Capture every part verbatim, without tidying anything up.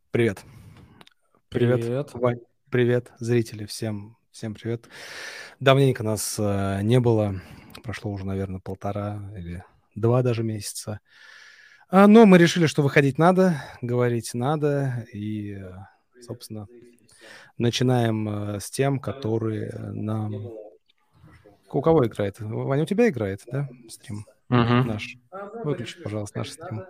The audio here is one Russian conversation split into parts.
Привет. Привет, Привет. Вань. Привет, зрители. Всем, всем привет. Давненько нас э, не было. Прошло уже, наверное, полтора или два даже месяца. А, но мы решили, что выходить надо, говорить надо. И, э, собственно, начинаем э, с тем, которые нам... У кого играет? Ваня, у тебя играет, да, стрим Мгм. наш? Выключи, пожалуйста, наш стрим.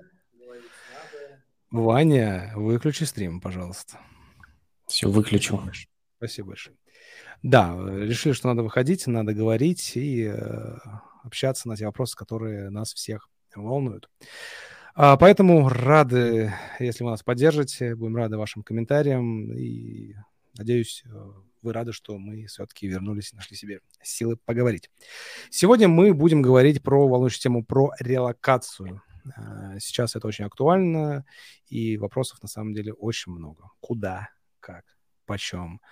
Ваня, выключи стрим, пожалуйста. Все, Спасибо выключу. большое. Спасибо большое. Да, э, решили, что надо выходить, надо говорить и э, общаться на те вопросы, которые нас всех волнуют. А, поэтому рады, если вы нас поддержите, будем рады вашим комментариям и, надеюсь, э, вы рады, что мы все-таки вернулись и нашли себе силы поговорить. Сегодня мы будем говорить про волнующую тему, про релокацию. А, Сейчас это очень актуально, и вопросов на самом деле очень много. Куда, как, почем,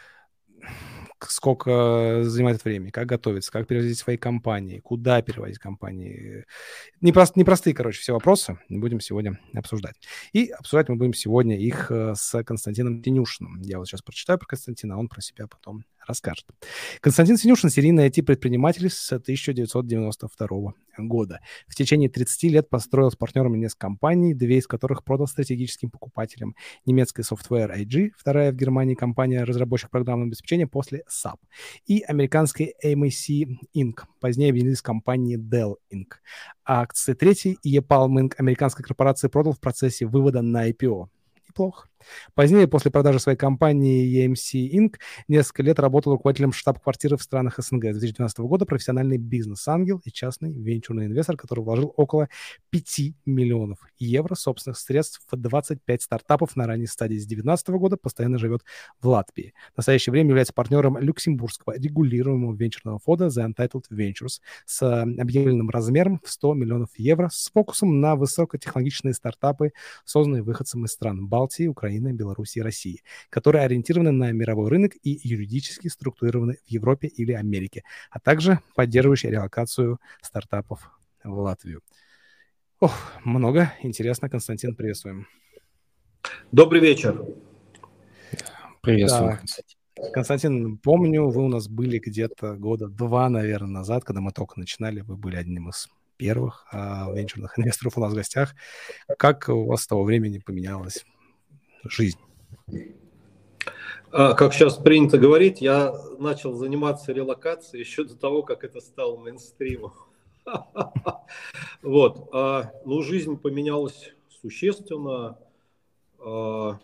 сколько занимает это времени, как готовиться, как перевозить свои компании, куда перевозить компании. Непрост, непростые, короче, все вопросы будем сегодня обсуждать. И обсуждать мы будем сегодня их э, с Константином Синюшиным. Я вот сейчас прочитаю про Константина, а он про себя потом расскажет. Константин Синюшин — серийный ай ти-предприниматель с тысяча девятьсот девяносто второго года. В течение тридцати лет построил с партнерами несколько компаний, две из которых продал стратегическим покупателям. Немецкая Software ай джи, вторая в Германии компания разработчик программного обеспечения после сап, и американской эм эй си инк, позднее объединились с компанией Dell инк. А акции третьей Епалм инк американской корпорации продал в процессе вывода на ай пи о. Неплохо. Позднее, после продажи своей компании и эм си инк, несколько лет работал руководителем штаб-квартиры в странах эс эн гэ. С две тысячи двенадцатого года профессиональный бизнес-ангел и частный венчурный инвестор, который вложил около пяти миллионов евро собственных средств в двадцать пять стартапов на ранней стадии. С две тысячи девятнадцатого года постоянно живет в Латвии. В настоящее время является партнером люксембургского регулируемого венчурного фонда The Untitled Ventures с объявленным размером в сто миллионов евро с фокусом на высокотехнологичные стартапы, созданные выходцем из стран Балтии, Украины, Беларуси и России, которые ориентированы на мировой рынок и юридически структурированы в Европе или Америке, а также поддерживающие релокацию стартапов в Латвию. Ох, много интересно. Константин, приветствуем. Добрый вечер. Приветствую, Да, Константин. Константин, помню, вы у нас были где-то года два, наверное, назад, когда мы только начинали. Вы были одним из первых а, венчурных инвесторов у нас в гостях. Как у вас с того времени поменялась жизнь? А, как сейчас принято говорить, я начал заниматься релокацией еще до того, как это стало мейнстримом. Вот. А, ну, жизнь поменялась существенно. А,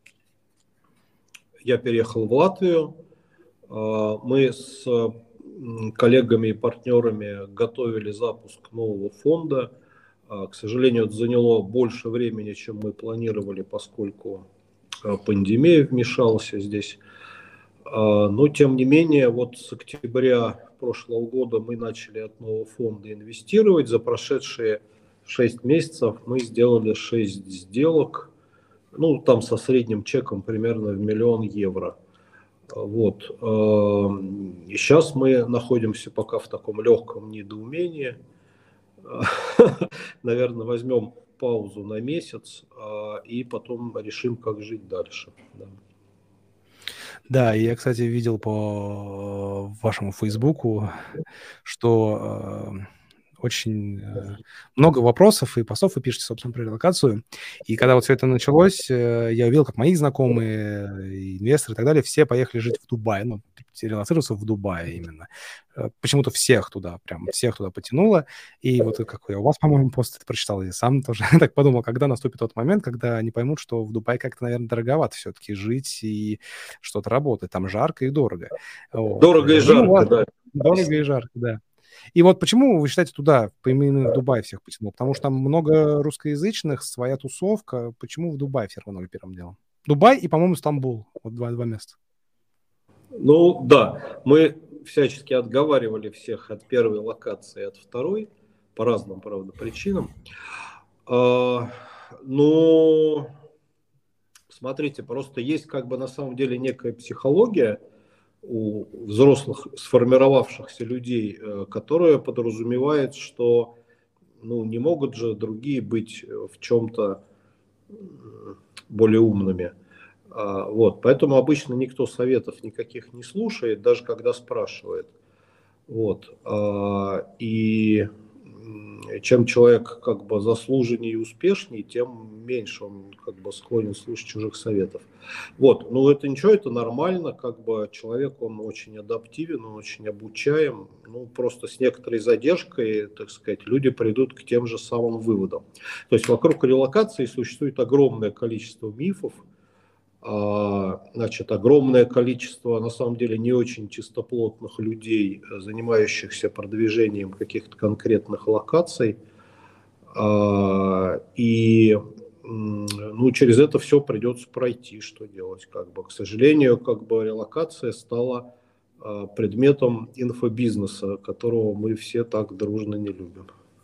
я переехал в Латвию. А, мы с м, коллегами и партнерами готовили запуск нового фонда. А, к сожалению, это заняло больше времени, чем мы планировали, поскольку а, пандемия вмешалась здесь. Но, тем не менее, вот с октября прошлого года мы начали от нового фонда инвестировать. За прошедшие шесть месяцев мы сделали шесть сделок, ну, там со средним чеком примерно в миллион евро. Вот. И сейчас мы находимся пока в таком легком недоумении. Наверное, возьмем паузу на месяц и потом решим, как жить дальше. Да, я, кстати, видел по вашему Фейсбуку, что э, очень э, много вопросов и постов вы пишете, собственно, про релокацию. И когда вот все это началось, э, я увидел, как мои знакомые, э, инвесторы и так далее, все поехали жить в Дубай, ну, релоцироваться в Дубае именно. Э, Почему-то всех туда, прям всех туда потянуло. И вот как я у вас, по-моему, пост это прочитал, и сам тоже так подумал, когда наступит тот момент, когда они поймут, что в Дубае как-то, наверное, дороговато все-таки жить и что-то работать. Там жарко и дорого. Вот. Дорого и И у жарко, вас да. дорого и жарко, да. И вот почему вы считаете туда, именно в Дубай всех потянуло? Потому что там много русскоязычных, своя тусовка. Почему в Дубай все равно первым делом? Дубай и, по-моему, Стамбул. Вот два, два места. Ну да, мы всячески отговаривали всех от первой локации, от второй, по разным, правда, причинам. А, но смотрите, просто есть как бы на самом деле некая психология у взрослых сформировавшихся людей, которая подразумевает, что ну, не могут же другие быть в чем-то более умными. Вот, поэтому обычно никто советов никаких не слушает, даже когда спрашивает. Вот, и чем человек как бы заслуженнее и успешнее, тем меньше он как бы склонен слушать чужих советов. Вот, ну это ничего, это нормально, как бы человек, он очень адаптивен, он очень обучаем, ну просто с некоторой задержкой, так сказать, люди придут к тем же самым выводам. То есть вокруг релокации существует огромное количество мифов, значит, огромное количество, на самом деле, не очень чистоплотных людей, занимающихся продвижением каких-то конкретных локаций. И ну, через это все придется пройти, что делать. Как бы. К сожалению, как бы релокация стала предметом инфобизнеса, которого мы все так дружно не любим.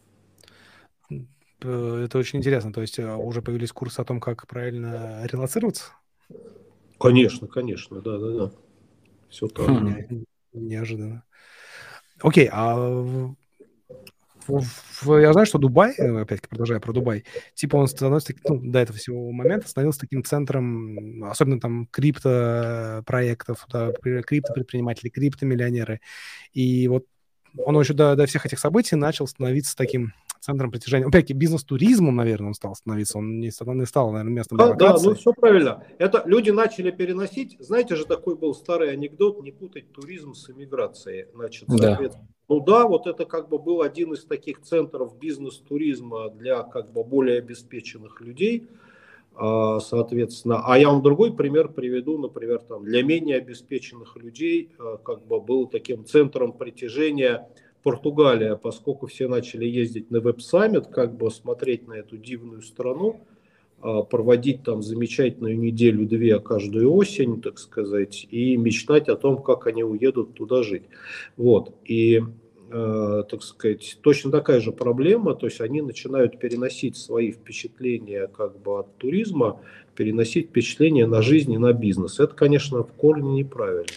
Это очень интересно. То есть уже появились курсы о том, как правильно релоцироваться? Конечно, конечно, да-да-да. Все так. Хм, неожиданно. Окей, а в, в, я знаю, что Дубай, опять-таки продолжая про Дубай, типа он становится, ну, до этого всего момента становился таким центром, особенно там криптопроектов, да, криптопредприниматели, криптомиллионеры. И вот он еще до, до всех этих событий начал становиться таким центром притяжения. Опять-таки бизнес-туризмом, наверное, он стал становиться. Он не, он не стал, наверное, местом Да, релокации. да, ну все правильно. Это люди начали переносить. Знаете же, такой был старый анекдот: не путать туризм с эмиграцией. Значит, соответственно, да. Ну да, вот это как бы был один из таких центров бизнес-туризма для как бы более обеспеченных людей. Соответственно, а я вам другой пример приведу, например, там для менее обеспеченных людей как бы был таким центром притяжения Португалия, поскольку все начали ездить на веб-саммит, как бы смотреть на эту дивную страну, проводить там замечательную неделю-две каждую осень, так сказать, и мечтать о том, как они уедут туда жить. Вот. И, э, так сказать, точно такая же проблема, то есть они начинают переносить свои впечатления как бы от туризма, переносить впечатления на жизнь и на бизнес. Это, конечно, в корне неправильно.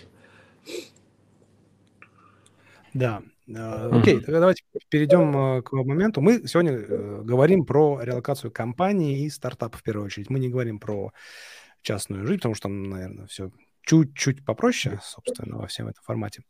Да. Окей, тогда давайте перейдем к моменту. Мы сегодня говорим про релокацию компаний и стартапов в первую очередь. Мы не говорим про частную жизнь, потому что там, наверное, все чуть-чуть попроще, собственно, во всем этом формате.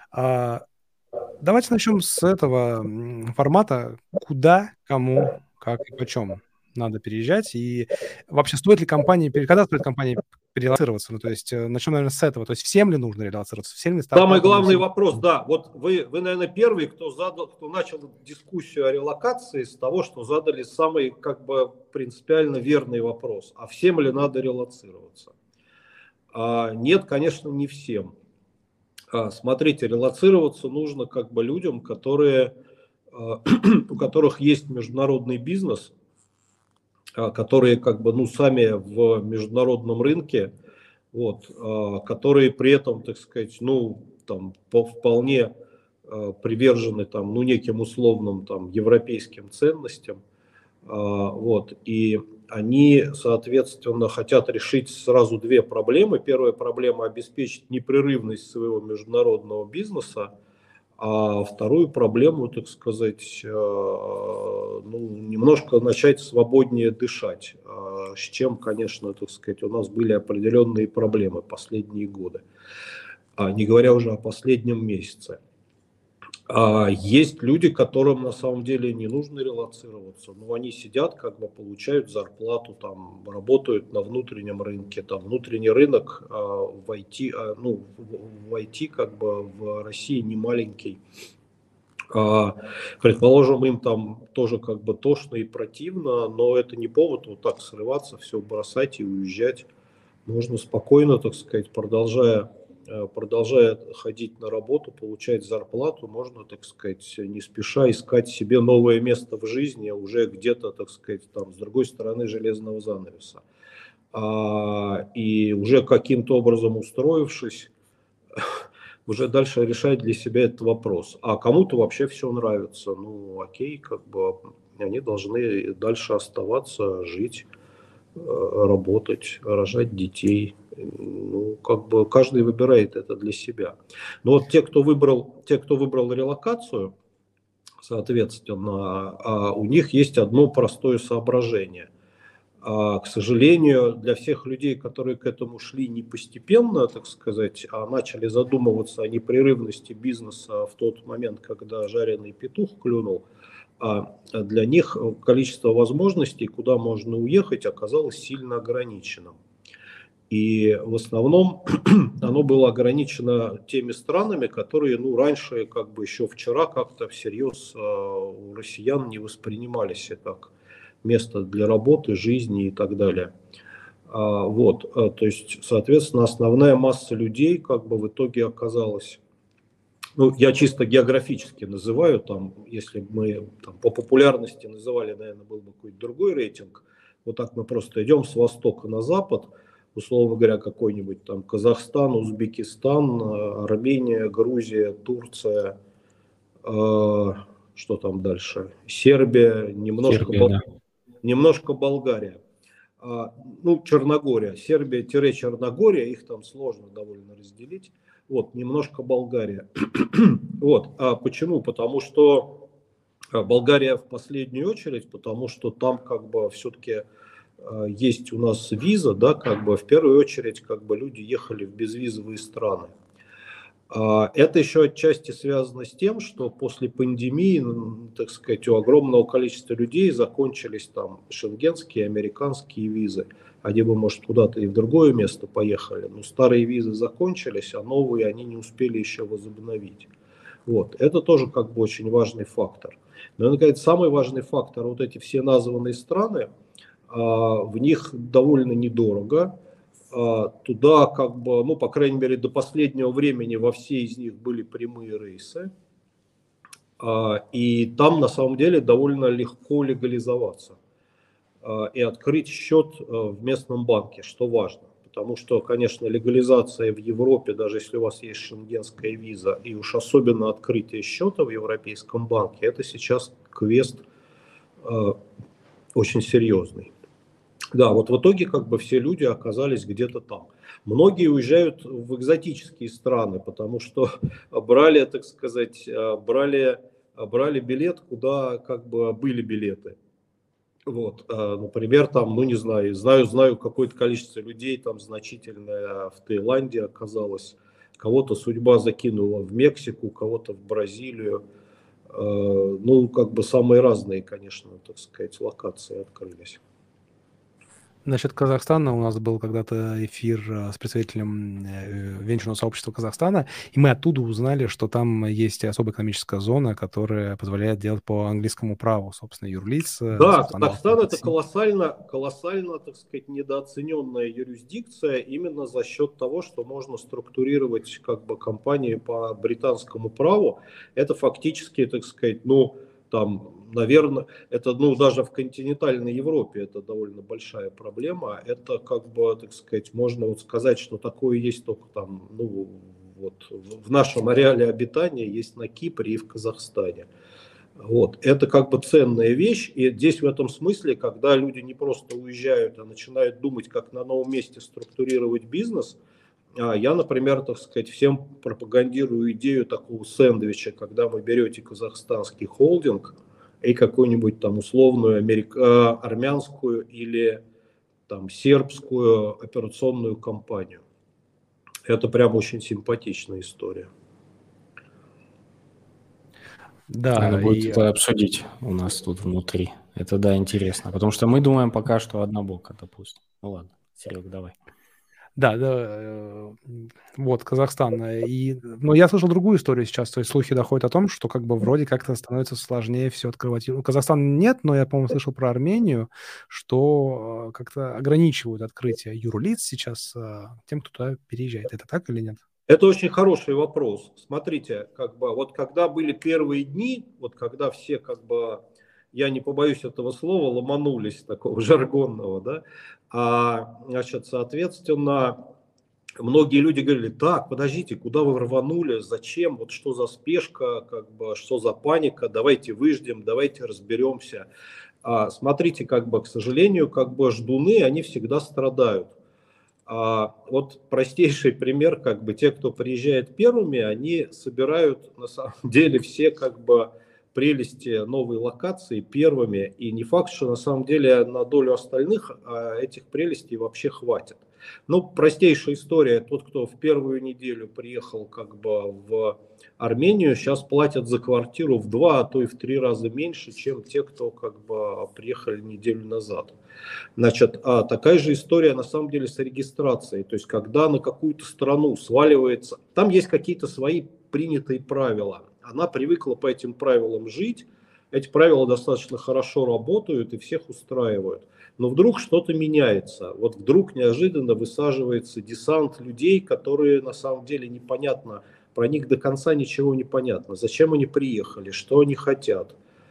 Давайте начнем с этого формата. Куда, кому, как и почем надо переезжать, и вообще стоит ли компании, когда стоит компании перелоцироваться? Ну, то есть начнем, наверное, с этого. То есть всем ли нужно релоцироваться? Всем ли стартапам? Самый главный всем... вопрос, да, вот вы, вы, наверное, первый, кто задал, кто начал дискуссию о релокации с того, что задали самый, как бы, принципиально верный вопрос: а всем ли надо релоцироваться? А, нет, конечно, не всем. А, смотрите, релоцироваться нужно как бы людям, которые, а, у которых есть международный бизнес, а, которые как бы, ну, сами в международном рынке, вот, а, которые при этом, так сказать, ну, там, по, вполне а, привержены там, ну, неким условным там европейским ценностям, а, вот, и они, соответственно, хотят решить сразу две проблемы. Первая проблема — обеспечить непрерывность своего международного бизнеса, а вторую проблему, так сказать, ну, немножко начать свободнее дышать, с чем, конечно, так сказать, у нас были определенные проблемы последние годы, не говоря уже о последнем месяце. Есть люди, которым на самом деле не нужно релоцироваться, но они сидят, как бы получают зарплату, там, работают на внутреннем рынке, там, внутренний рынок в ай ти, ну, в ай ти как бы в России не маленький. Предположим, им там тоже как бы тошно и противно, но это не повод вот так срываться, все бросать и уезжать. Можно спокойно, так сказать, продолжая продолжая ходить на работу, получать зарплату, можно, так сказать, не спеша искать себе новое место в жизни, уже где-то, так сказать, там, с другой стороны железного занавеса. А, и уже каким-то образом устроившись, уже дальше решать для себя этот вопрос. А кому-то вообще все нравится. Ну, окей, как бы они должны дальше оставаться, жить, работать, рожать детей. Ну, как бы каждый выбирает это для себя. Но вот те, кто выбрал, те, кто выбрал релокацию, соответственно, у них есть одно простое соображение. А, к сожалению, для всех людей, которые к этому шли не постепенно, так сказать, а начали задумываться о непрерывности бизнеса в тот момент, когда жареный петух клюнул, а для них количество возможностей, куда можно уехать, оказалось сильно ограниченным. И в основном оно было ограничено теми странами, которые, ну, раньше, как бы еще вчера, как-то всерьез э, у россиян не воспринимались как место для работы, жизни и так далее. А, вот, а, то есть, соответственно, основная масса людей, как бы в итоге оказалась, ну, я чисто географически называю, там, если бы мы там, по популярности называли, наверное, был бы какой-то другой рейтинг. Вот так мы просто идем с востока на запад, условно говоря, какой-нибудь там Казахстан, Узбекистан, Армения, Грузия, Турция, э, что там дальше, Сербия, немножко, Сербия, Бол- да. немножко Болгария. А, ну, Черногория, Сербия-Черногория, их там сложно довольно разделить. Вот, немножко Болгария. Вот, а почему? Потому что Болгария в последнюю очередь, потому что там как бы все-таки есть у нас виза, да, как бы в первую очередь как бы люди ехали в безвизовые страны. Это еще отчасти связано с тем, что после пандемии, так сказать, у огромного количества людей закончились там шенгенские, американские визы. Они бы, может, куда-то и в другое место поехали, но старые визы закончились, а новые они не успели еще возобновить. Вот. Это тоже как бы очень важный фактор. Но, наконец, самый важный фактор, вот эти все названные страны, в них довольно недорого. Туда, как бы, ну, по крайней мере, до последнего времени во все из них были прямые рейсы. И там, на самом деле, довольно легко легализоваться и открыть счет в местном банке, что важно. Потому что, конечно, легализация в Европе, даже если у вас есть шенгенская виза, и уж особенно открытие счета в Европейском банке, это сейчас квест очень серьезный. Да, вот в итоге как бы все люди оказались где-то там. Многие уезжают в экзотические страны, потому что брали, так сказать, брали, брали билет, куда как бы были билеты. Вот, например, там, ну не знаю, знаю, знаю какое-то количество людей, там значительное в Таиланде оказалось, кого-то судьба закинула в Мексику, кого-то в Бразилию. Ну, как бы самые разные, конечно, так сказать, локации открылись. Насчет Казахстана у нас был когда-то эфир с представителем венчурного сообщества Казахстана, и мы оттуда узнали, что там есть особая экономическая зона, которая позволяет делать по английскому праву, собственно, юрлиц. Да, Казахстан это колоссально, колоссально, так сказать, недооцененная юрисдикция именно за счет того, что можно структурировать как бы компании по британскому праву. Это фактически, так сказать, ну, там, наверное, это, ну, даже в континентальной Европе это довольно большая проблема. Это, как бы, так сказать, можно вот сказать, что такое есть только там, ну, вот в нашем ареале обитания есть на Кипре и в Казахстане. Вот. Это как бы ценная вещь, и здесь в этом смысле, когда люди не просто уезжают, а начинают думать, как на новом месте структурировать бизнес, я, например, так сказать, всем пропагандирую идею такого сэндвича, когда вы берете казахстанский холдинг и какую-нибудь там условную америка... армянскую или там сербскую операционную компанию. Это прям очень симпатичная история. Да, надо будет и... это обсудить у нас тут внутри. Это, да, интересно. Потому что мы думаем пока, что однобоко, допустим. Ну ладно, Серега, давай. Да, да, вот Казахстан. И, но я слышал другую историю сейчас, то есть слухи доходят о том, что как бы вроде как-то становится сложнее все открывать. Ну, Казахстан нет, но я, по-моему, слышал про Армению, что как-то ограничивают открытие юрлиц сейчас тем, кто туда переезжает. Это так или нет? Это очень хороший вопрос. Смотрите, как бы вот когда были первые дни, вот когда все как бы, я не побоюсь этого слова, ломанулись, такого жаргонного, да, а, значит, соответственно, многие люди говорили: так, подождите, куда вы рванули, зачем, вот что за спешка, как бы, что за паника, давайте выждем, давайте разберемся. А, смотрите, как бы, к сожалению, как бы ждуны, они всегда страдают. А вот простейший пример, как бы те, кто приезжает первыми, они собирают на самом деле все как бы прелести новой локации первыми, и не факт, что на самом деле на долю остальных этих прелестей вообще хватит. Ну, простейшая история. Тот, кто в первую неделю приехал как бы в Армению, сейчас платят за квартиру в два, а то и в три раза меньше, чем те, кто как бы приехали неделю назад. Значит, а такая же история на самом деле с регистрацией. То есть, когда на какую-то страну сваливается, там есть какие-то свои принятые правила. Она привыкла по этим правилам жить. Эти правила достаточно хорошо работают и всех устраивают. Но вдруг что-то меняется. Вот вдруг неожиданно высаживается десант людей, которые на самом деле непонятно, про них до конца ничего не понятно. Зачем они приехали, что они хотят,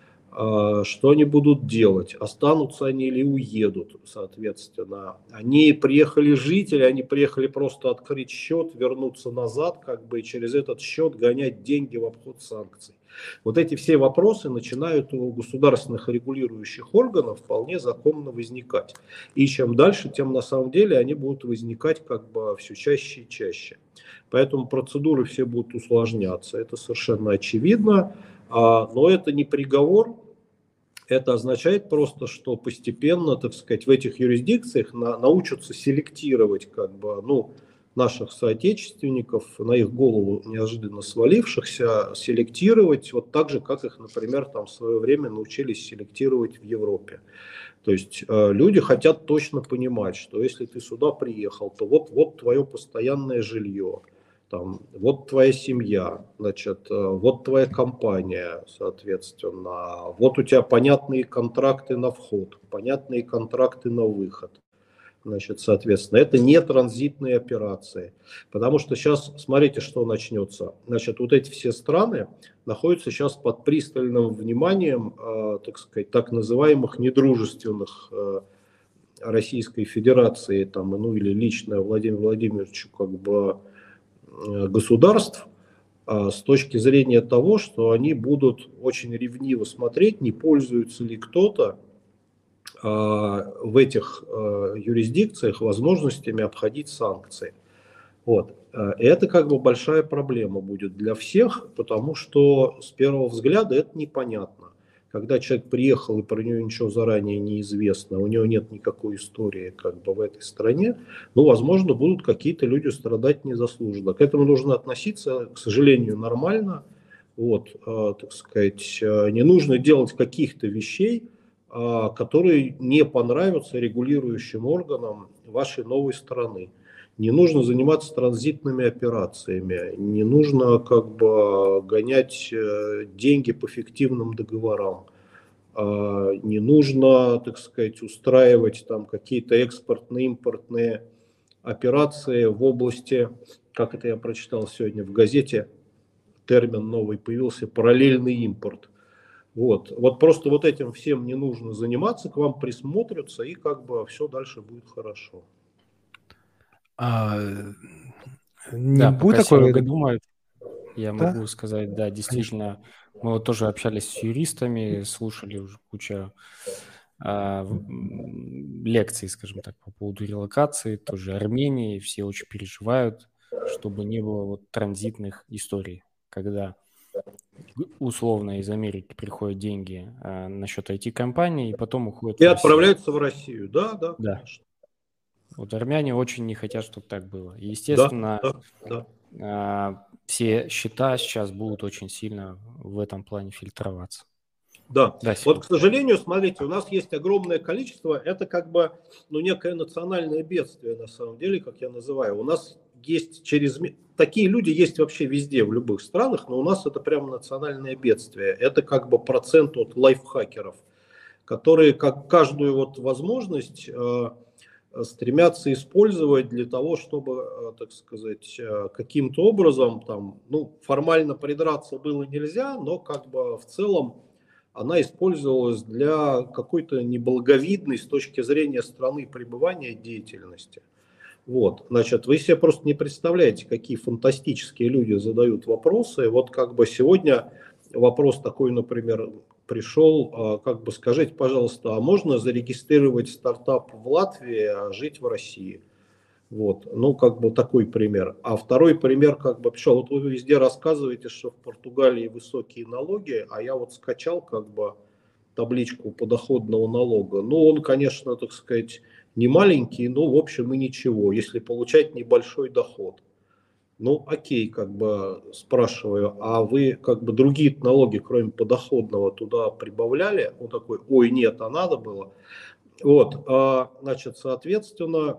что они будут делать, останутся они или уедут, соответственно. Они приехали жить или они приехали просто открыть счет, вернуться назад, как бы и через этот счет гонять деньги в обход санкций. Вот эти все вопросы начинают у государственных регулирующих органов вполне законно возникать. И чем дальше, тем на самом деле они будут возникать как бы все чаще и чаще. Поэтому процедуры все будут усложняться, это совершенно очевидно. Но это не приговор, это означает просто, что постепенно, так сказать, в этих юрисдикциях на, научатся селектировать как бы, ну, наших соотечественников, на их голову неожиданно свалившихся, селектировать вот так же, как их, например, там в свое время научились селектировать в Европе. То есть э, люди хотят точно понимать, что если ты сюда приехал, то вот, вот твое постоянное жилье, там, вот твоя семья, значит, э, вот твоя компания, соответственно, вот у тебя понятные контракты на вход, понятные контракты на выход. Значит, соответственно, это не транзитные операции, потому что сейчас, смотрите, что начнется. Значит, вот эти все страны находятся сейчас под пристальным вниманием, э, так сказать, так называемых недружественных э, Российской Федерации, там, ну или лично Владимиру Владимировичу, как бы, э, государств, э, с точки зрения того, что они будут очень ревниво смотреть, не пользуется ли кто-то в этих юрисдикциях возможностями обходить санкции. Вот. И это как бы большая проблема будет для всех, потому что с первого взгляда это непонятно. Когда человек приехал и про него ничего заранее не известно, у него нет никакой истории как бы в этой стране, ну, возможно, будут какие-то люди страдать незаслуженно. К этому нужно относиться, к сожалению, нормально. Вот, так сказать, не нужно делать каких-то вещей, которые не понравятся регулирующим органам вашей новой страны. Не нужно заниматься транзитными операциями, не нужно как бы гонять деньги по фиктивным договорам, не нужно, так сказать, устраивать там какие-то экспортно-импортные операции в области, как это я прочитал сегодня в газете, термин новый появился, параллельный импорт. Вот. Вот просто вот этим всем не нужно заниматься, к вам присмотрятся, и как бы все дальше будет хорошо. А, не да, будет такое, я думаю, я да? могу сказать, да, действительно, мы вот тоже общались с юристами, слушали уже кучу а, лекций, скажем так, по поводу релокации, тоже Армении, все очень переживают, чтобы не было вот транзитных историй, когда условно из Америки приходят деньги а, на счет ай ти-компании, и потом уходят и в отправляются в Россию. Да, да, да. Конечно. Вот армяне очень не хотят, чтобы так было. И, естественно, да, да, да. А, все счета сейчас будут очень сильно в этом плане фильтроваться. Да, да вот, к сожалению, смотрите, у нас есть огромное количество, это как бы, ну, некое национальное бедствие, на самом деле, как я называю. У нас есть через... Такие люди есть вообще везде, в любых странах, но у нас это прямо национальное бедствие. Это как бы процент от лайфхакеров, которые как каждую вот возможность э, стремятся использовать для того, чтобы, э, так сказать, э, каким-то образом, там, ну, формально придраться было нельзя, но как бы в целом она использовалась для какой-то неблаговидной с точки зрения страны пребывания деятельности. Вот, значит, вы себе просто не представляете, какие фантастические люди задают вопросы. Вот как бы сегодня вопрос такой, например, пришел, как бы скажите, пожалуйста, а можно зарегистрировать стартап в Латвии, а жить в России? Вот, ну, как бы такой пример. А второй пример, как бы, что вот вы везде рассказываете, что в Португалии высокие налоги, а я вот скачал, как бы, табличку подоходного налога. Ну, он, конечно, так сказать, не маленький, но, в общем, и ничего, если получать небольшой доход. Ну, окей, как бы, спрашиваю, а вы, как бы, другие налоги, кроме подоходного, туда прибавляли? Он такой, ой, нет, а надо было. Вот, а, значит, соответственно,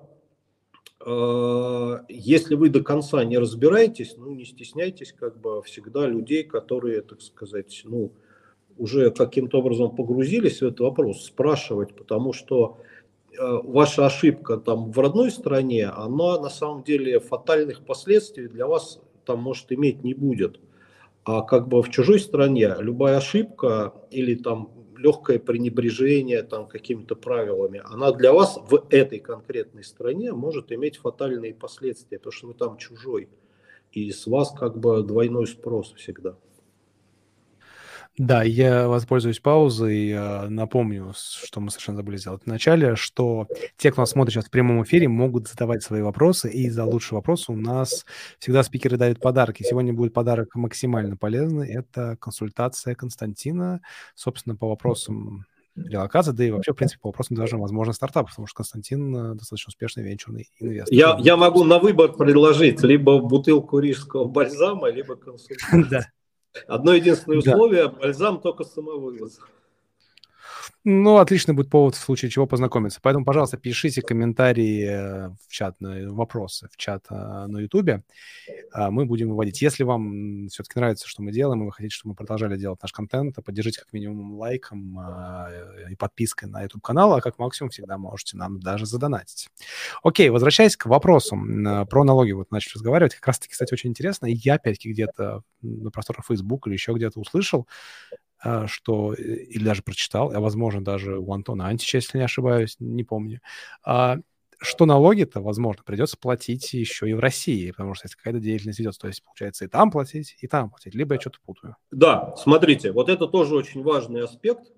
если вы до конца не разбираетесь, ну, не стесняйтесь, как бы, всегда людей, которые, так сказать, ну, уже каким-то образом погрузились в этот вопрос, спрашивать, потому что э, ваша ошибка там в родной стране, она на самом деле фатальных последствий для вас там может иметь не будет. А как бы в чужой стране любая ошибка или там легкое пренебрежение там какими-то правилами, она для вас в этой конкретной стране может иметь фатальные последствия, потому что вы там чужой. И с вас как бы двойной спрос всегда. Да, я воспользуюсь паузой, э, напомню, что мы совершенно забыли сделать в начале, что те, кто нас смотрит сейчас в прямом эфире, могут задавать свои вопросы, и за лучший вопрос у нас всегда спикеры дают подарки. Сегодня будет подарок максимально полезный, это консультация Константина, собственно, по вопросам релокации, да и вообще, в принципе, по вопросам даже, возможно, стартапов, потому что Константин э, достаточно успешный венчурный инвестор. Я, я могу на выбор предложить либо бутылку рижского бальзама, либо консультацию. Одно единственное условие, да. Бальзам только самовывоз. Ну, отличный будет повод в случае чего познакомиться. Поэтому, пожалуйста, пишите комментарии в чат, вопросы в чат на Ютубе. Мы будем выводить. Если вам все-таки нравится, что мы делаем, и вы хотите, чтобы мы продолжали делать наш контент, то поддержите как минимум лайком и подпиской на YouTube-канал, а как максимум всегда можете нам даже задонатить. Окей, возвращаясь к вопросам про налоги, вот начали разговаривать. Как раз-таки, кстати, очень интересно. Я опять-таки где-то на просторах Facebook или еще где-то услышал, что, или даже прочитал, а возможно даже у Антона Антича, если не ошибаюсь, не помню, что налоги-то, возможно, придется платить еще и в России, потому что если какая-то деятельность ведется, то есть получается и там платить, и там платить, либо я что-то путаю. Да, смотрите, вот это тоже очень важный аспект.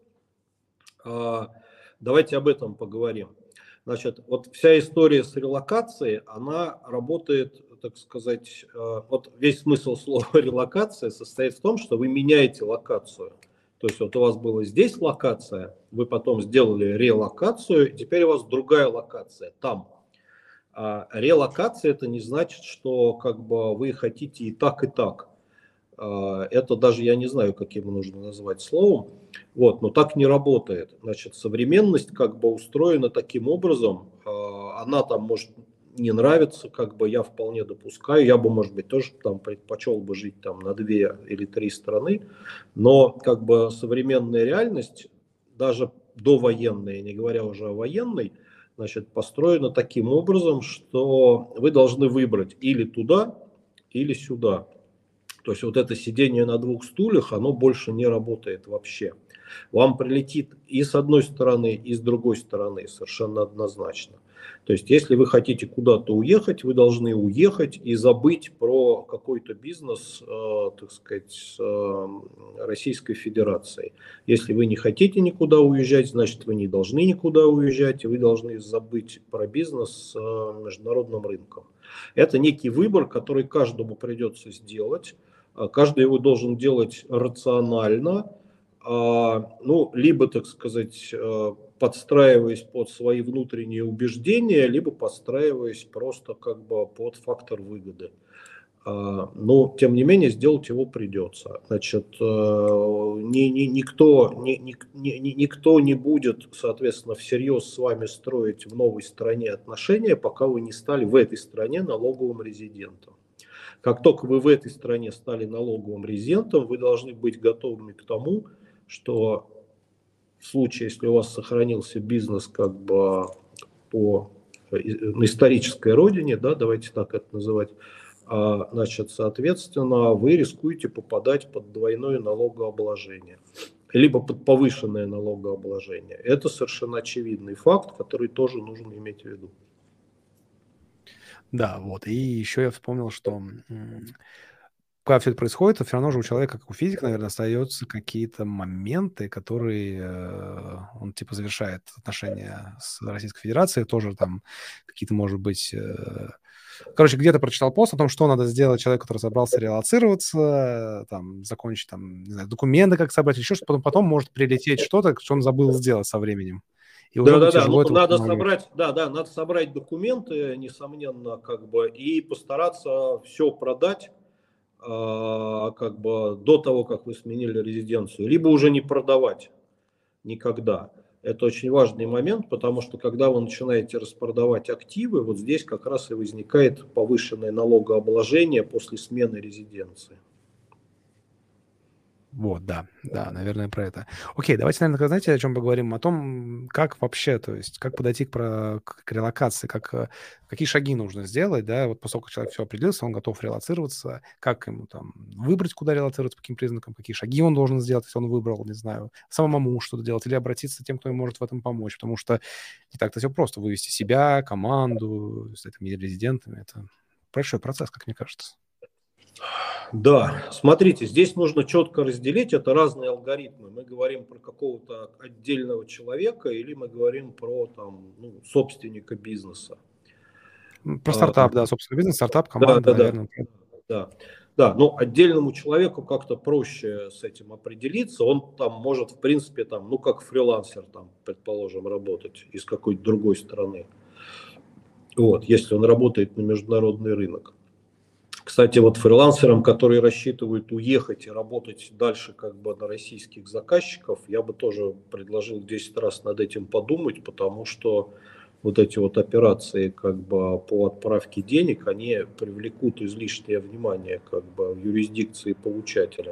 Давайте об этом поговорим. Значит, вот вся история с релокацией, она работает, так сказать, вот весь смысл слова релокация состоит в том, что вы меняете локацию. То есть вот у вас была здесь локация, вы потом сделали релокацию, и теперь у вас другая локация там. А релокация это не значит, что как бы вы хотите и так, и так. Это даже я не знаю, каким нужно назвать словом. Вот, но так не работает. Значит, современность как бы устроена таким образом, она там может не нравится, как бы я вполне допускаю, я бы, может быть, тоже там предпочел бы жить там на две или три страны, но как бы современная реальность, даже довоенная, не говоря уже о военной, значит, построена таким образом, что вы должны выбрать или туда, или сюда. То есть вот это сидение на двух стульях, оно больше не работает вообще. Вам прилетит и с одной стороны, и с другой стороны, совершенно однозначно. То есть если вы хотите куда-то уехать, вы должны уехать и забыть про какой-то бизнес, э, так сказать, с э, Российской Федерацией. Если вы не хотите никуда уезжать, значит вы не должны никуда уезжать, и вы должны забыть про бизнес с э, международным рынком. Это некий выбор, который каждому придется сделать. Каждый его должен делать рационально, ну, либо, так сказать, подстраиваясь под свои внутренние убеждения, либо подстраиваясь просто как бы под фактор выгоды. Но, тем не менее, сделать его придется. Значит, ни, ни, никто, ни, ни, ни, никто не будет, соответственно, всерьез с вами строить в новой стране отношения, пока вы не стали в этой стране налоговым резидентом. Как только вы в этой стране стали налоговым резидентом, вы должны быть готовыми к тому, что в случае, если у вас сохранился бизнес как бы по на исторической родине, да, давайте так это называть, значит, соответственно, вы рискуете попадать под двойное налогообложение, либо под повышенное налогообложение. Это совершенно очевидный факт, который тоже нужно иметь в виду. Да, вот. И еще я вспомнил, что когда все это происходит, то все равно же у человека, как у физика, наверное, остаются какие-то моменты, которые э, он типа завершает отношения с Российской Федерацией, тоже там какие-то, может быть... Э, короче, где-то прочитал пост о том, что надо сделать человеку, который собрался релоцироваться, там, закончить, там, не знаю, документы как собрать, еще что-то, потом, потом может прилететь что-то, что он забыл сделать со временем. И уже Да, да, да. тяжело Ну, это надо собрать, да, да, надо собрать документы, несомненно, как бы, и постараться все продать, а, как бы до того, как вы сменили резиденцию, либо уже не продавать никогда. Это очень важный момент, потому что когда вы начинаете распродавать активы, вот здесь как раз и возникает повышенное налогообложение после смены резиденции. Вот, да, да, наверное, про это. Окей, давайте, наверное, знаете, о чем поговорим? О том, как вообще, то есть, как подойти к, про, к релокации, как, э, какие шаги нужно сделать, да, вот поскольку человек все определился, он готов релоцироваться, как ему там выбрать, куда релоцироваться, по каким признакам, какие шаги он должен сделать, если он выбрал, не знаю, самому что-то делать, или обратиться к тем, кто ему может в этом помочь, потому что не так-то все просто вывести себя, команду, с этими резидентами, это большой процесс, как мне кажется. Да, смотрите, здесь нужно четко разделить, это разные алгоритмы. Мы говорим про какого-то отдельного человека или мы говорим про там, ну, собственника бизнеса. Про стартап, а, да, собственно, бизнес, стартап, команда, да, да, наверное. Да, да, да, но отдельному человеку как-то проще с этим определиться. Он там может, в принципе, там, ну, как фрилансер, там, предположим, работать из какой-то другой страны. Вот, если он работает на международный рынок. Кстати, вот фрилансерам, которые рассчитывают уехать и работать дальше как бы на российских заказчиков, я бы тоже предложил десять раз над этим подумать, потому что вот эти вот операции как бы по отправке денег, они привлекут излишнее внимание как бы в юрисдикции получателя.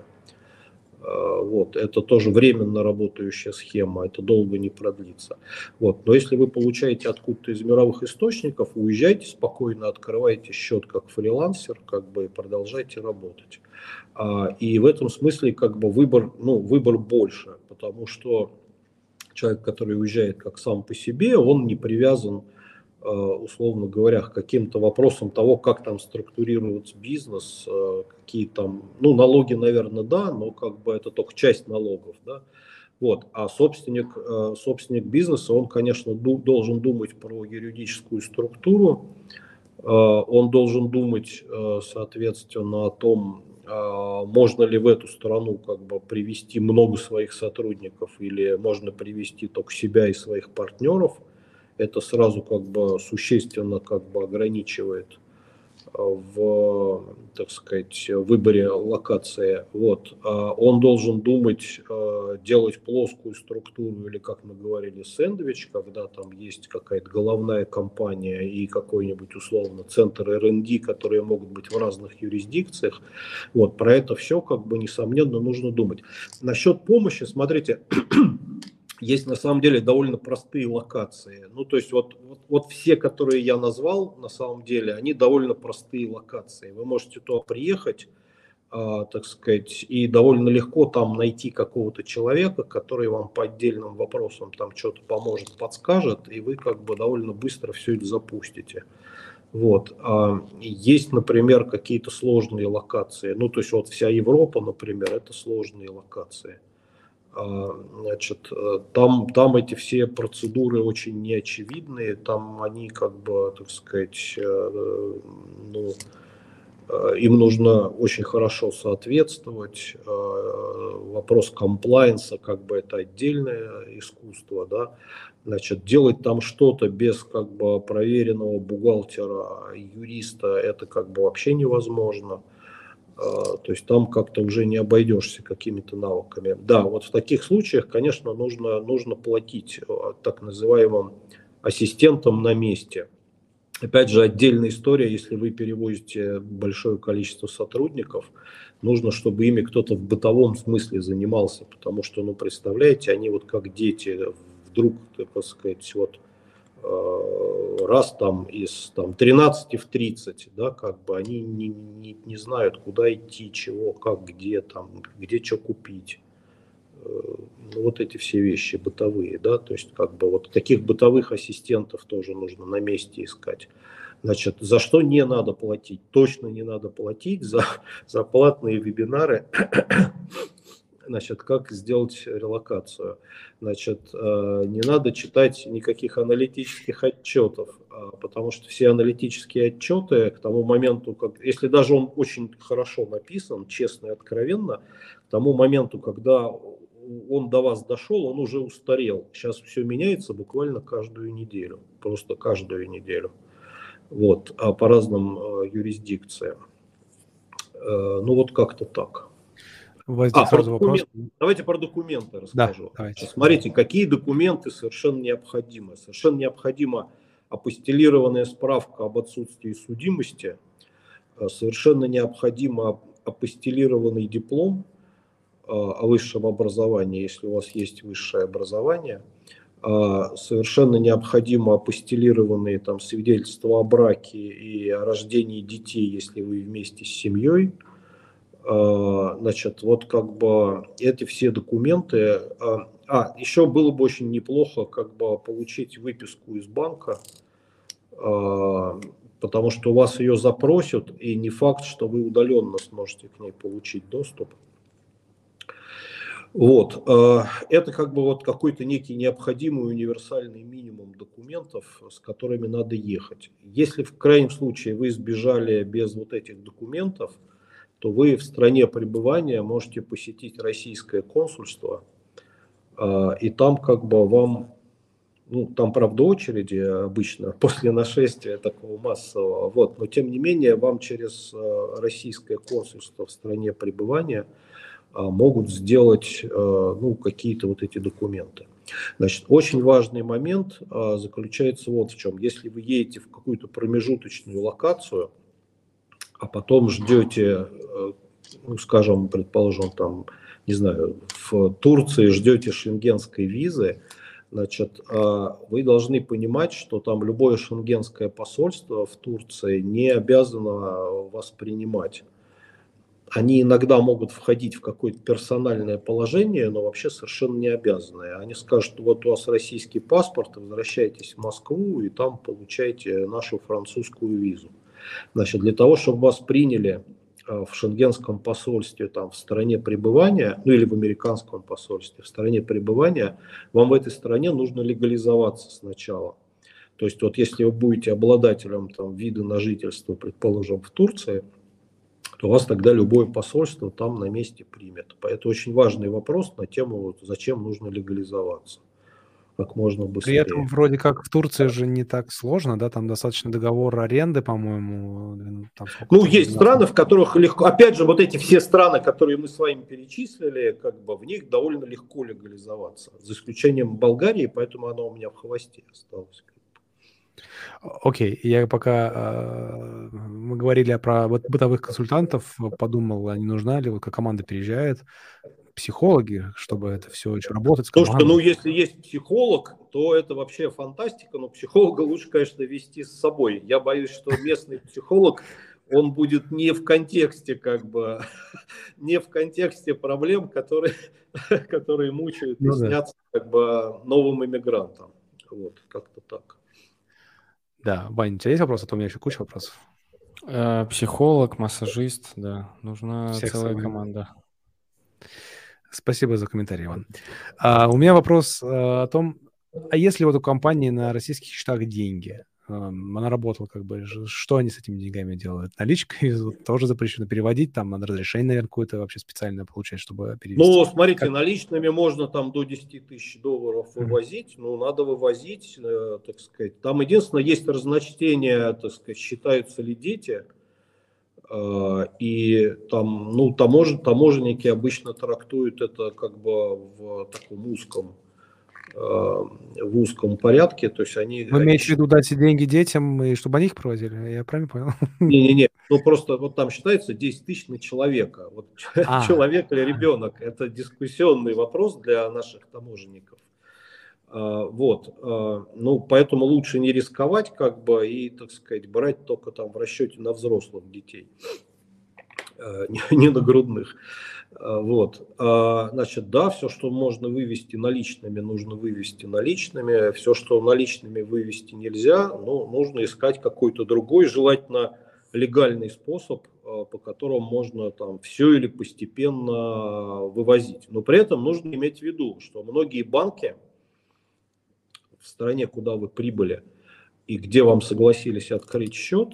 Вот, это тоже временно работающая схема, это долго не продлится. Вот, но если вы получаете откуда-то из мировых источников, уезжайте спокойно, открывайте счет как фрилансер, как бы и продолжайте работать. И в этом смысле как бы выбор, ну, выбор больше, потому что человек, который уезжает как сам по себе, он не привязан, условно говоря, к каким-то вопросам того, как там структурируется бизнес, какие там, ну, налоги, наверное, да, но как бы это только часть налогов, да. Вот. А собственник, собственник бизнеса, он, конечно, должен думать про юридическую структуру, он должен думать, соответственно, о том, можно ли в эту страну как бы привести много своих сотрудников или можно привести только себя и своих партнеров. Это сразу как бы существенно как бы ограничивает в, так сказать, выборе локации. Вот. Он должен думать, делать плоскую структуру или, как мы говорили, сэндвич, когда там есть какая-то головная компания и какой-нибудь условно центр эр энд ди, которые могут быть в разных юрисдикциях. Вот. Про это все как бы несомненно нужно думать. Насчет помощи, смотрите, есть на самом деле довольно простые локации. Ну, то есть вот, вот, вот все, которые я назвал, на самом деле, они довольно простые локации. Вы можете туда приехать, э, так сказать, и довольно легко там найти какого-то человека, который вам по отдельным вопросам там что-то поможет, подскажет, и вы как бы довольно быстро все это запустите. Вот. Есть, например, какие-то сложные локации. Ну, то есть вот вся Европа, например, это сложные локации. Значит, там, там эти все процедуры очень неочевидные, там они как бы, так сказать, ну, им нужно очень хорошо соответствовать. Вопрос комплайенса, как бы это отдельное искусство, да. Значит, делать там что-то без как бы проверенного бухгалтера, юриста, это как бы вообще невозможно. То есть там как-то уже не обойдешься какими-то навыками. Да, вот в таких случаях, конечно, нужно, нужно платить так называемым ассистентам на месте. Опять же, отдельная история, если вы перевозите большое количество сотрудников, нужно, чтобы ими кто-то в бытовом смысле занимался, потому что, ну, представляете, они вот как дети, вдруг, так сказать, вот раз там из там, тринадцати в тридцать, да, как бы они не, не, не знают, куда идти, чего, как, где, там, где что купить. Ну, вот эти все вещи бытовые, да, то есть как бы вот таких бытовых ассистентов тоже нужно на месте искать. Значит, за что не надо платить? Точно не надо платить за, за платные вебинары. Значит, как сделать релокацию? Значит, не надо читать никаких аналитических отчетов, потому что все аналитические отчеты к тому моменту, как, если даже он очень хорошо написан, честно и откровенно, к тому моменту, когда он до вас дошел, он уже устарел. Сейчас все меняется буквально каждую неделю, просто каждую неделю. Вот, а по разным э, юрисдикциям. Э, ну вот как-то так. А, про документ... Давайте про документы расскажу. Да, смотрите, какие документы совершенно необходимы. Совершенно необходима апостилированная справка об отсутствии судимости, совершенно необходимо апостилированный диплом о высшем образовании, если у вас есть высшее образование, совершенно необходимо апостилированные там свидетельства о браке и о рождении детей, если вы вместе с семьей. Значит, вот как бы эти все документы. А, еще было бы очень неплохо как бы получить выписку из банка, потому что у вас ее запросят, и не факт, что вы удаленно сможете к ней получить доступ. Вот, это как бы вот какой-то некий необходимый универсальный минимум документов, с которыми надо ехать. Если в крайнем случае вы сбежали без вот этих документов, то вы в стране пребывания можете посетить российское консульство, и там как бы вам, ну там правда очереди обычно после нашествия такого массового, вот, но тем не менее вам через российское консульство в стране пребывания могут сделать ну, какие-то вот эти документы. Значит, очень важный момент заключается вот в чем. Если вы едете в какую-то промежуточную локацию, а потом ждете, ну, скажем, предположим, там, не знаю, в Турции ждете шенгенской визы, значит, вы должны понимать, что там любое шенгенское посольство в Турции не обязано вас принимать. Они иногда могут входить в какое-то персональное положение, но вообще совершенно не обязаны. Они скажут, вот у вас российский паспорт, возвращайтесь в Москву и там получаете нашу французскую визу. Значит, для того, чтобы вас приняли в шенгенском посольстве, там, в стране пребывания, ну или в американском посольстве, в стране пребывания, вам в этой стране нужно легализоваться сначала. То есть вот если вы будете обладателем там, вида на жительство, предположим, в Турции, то вас тогда любое посольство там на месте примет. Это очень важный вопрос на тему, вот, зачем нужно легализоваться как можно быстрее. При этом вроде как в Турции же не так сложно, да, там достаточно договор аренды, по-моему. Там ну, есть страны, в которых легко, опять же, вот эти все страны, которые мы с вами перечислили, как бы в них довольно легко легализоваться, за исключением Болгарии, поэтому она у меня в хвосте осталась. Окей, okay. Я пока э, мы говорили про вот, бытовых консультантов, подумал, а не нужна ли, вот как команда переезжает, психологи, чтобы это все еще работать с командой. Потому что, ну, если есть психолог, то это вообще фантастика, но психолога лучше, конечно, вести с собой. Я боюсь, что местный психолог, он будет не в контексте, как бы, не в контексте проблем, которые, которые мучают ну, и снятся, да. как бы, новым иммигрантам. Вот, как-то так. Да, Вань, у тебя есть вопросы? А то у меня еще куча вопросов. Э, психолог, массажист, да. Нужна Всех целая самых... команда. Спасибо за комментарий, Иван. А, у меня вопрос а, о том, а если вот у компании на российских счетах деньги, а, она работала как бы, что они с этими деньгами делают? Наличкой тоже запрещено переводить, там надо разрешение, наверное, какое-то вообще специальное получать, чтобы перевести. Ну, смотрите, как... наличными можно там до десяти тысяч долларов вывозить, mm-hmm. ну, надо вывозить, э, так сказать. Там единственное, есть разночтение, так сказать, считаются ли дети, и там, ну, тамож, таможенники обычно трактуют это как бы в таком узком, в узком порядке, то есть они... Вы имеете в виду дать деньги детям, и чтобы они их проводили? Я правильно понял? Не-не-не, ну просто вот там считается десять тысяч на человека. Вот а. человек или ребенок, это дискуссионный вопрос для наших таможенников. Вот, ну, поэтому лучше не рисковать, как бы, и, так сказать, брать только там в расчете на взрослых детей, не на грудных. Вот, значит, да, все, что можно вывести наличными, нужно вывести наличными. Все, что наличными вывести нельзя, ну, нужно искать какой-то другой, желательно легальный способ, по которому можно там все или постепенно вывозить. Но при этом нужно иметь в виду, что многие банки в стране, куда вы прибыли и где вам согласились открыть счет,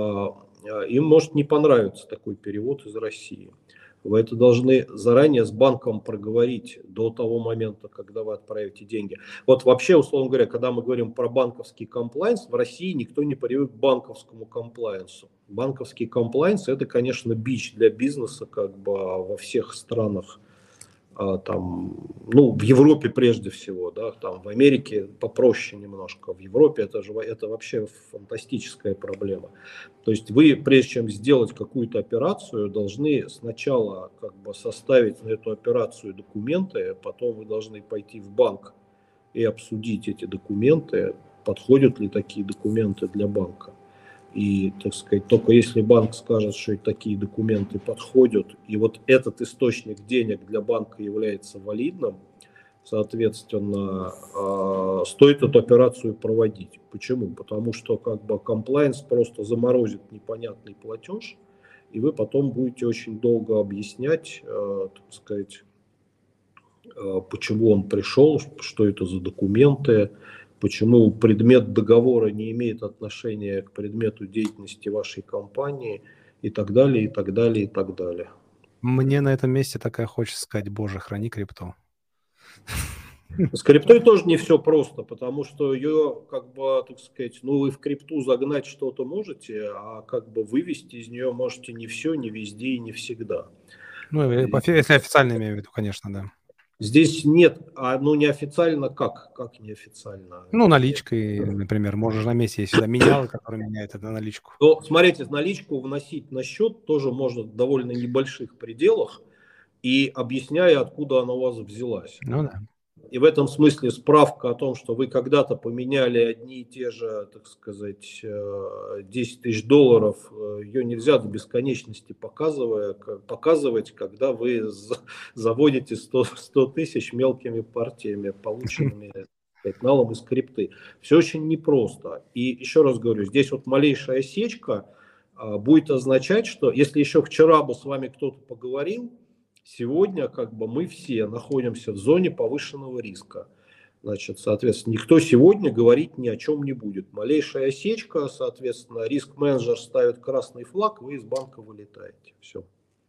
им может не понравиться такой перевод из России. Вы это должны заранее с банком проговорить до того момента, когда вы отправите деньги. Вот вообще, условно говоря, когда мы говорим про банковский комплайнс, в России никто не привык к банковскому комплайнсу. Банковский комплайнс — это, конечно, бич для бизнеса как бы во всех странах. Там, ну, в Европе прежде всего, да, там в Америке попроще немножко, в Европе это же это вообще фантастическая проблема. То есть вы, прежде чем сделать какую-то операцию, должны сначала как бы составить на эту операцию документы, потом вы должны пойти в банк и обсудить эти документы, подходят ли такие документы для банка. И, так сказать, только если банк скажет, что такие документы подходят, и вот этот источник денег для банка является валидным, соответственно, стоит эту операцию проводить. Почему? Потому что как бы комплайнс просто заморозит непонятный платеж, и вы потом будете очень долго объяснять, так сказать, почему он пришел, что это за документы, почему предмет договора не имеет отношения к предмету деятельности вашей компании и так далее, и так далее, и так далее. Мне на этом месте такая хочется сказать: Боже, храни крипту. С криптой тоже не все просто, потому что ее, как бы, так сказать, ну вы в крипту загнать что-то можете, а как бы вывести из нее можете не все, не везде и не всегда. Ну, если официально имею в виду, конечно, да. Здесь нет, а ну неофициально как? Как неофициально? Ну, наличкой, например, можешь на месте, если да, менял, который меняет это наличку. Ну, смотрите, наличку вносить на счет тоже можно в довольно небольших пределах и объясняя, откуда она у вас взялась. Ну да. И в этом смысле справка о том, что вы когда-то поменяли одни и те же, так сказать, десять тысяч долларов, ее нельзя до бесконечности показывая, показывать, когда вы заводите сто тысяч мелкими партиями, полученными налом из крипты. Все очень непросто. И еще раз говорю, здесь вот малейшая осечка будет означать, что если еще вчера бы с вами кто-то поговорил, сегодня как бы мы все находимся в зоне повышенного риска. Значит, соответственно, никто сегодня говорить ни о чем не будет. Малейшая осечка, соответственно, риск-менеджер ставит красный флаг, вы из банка вылетаете. Все.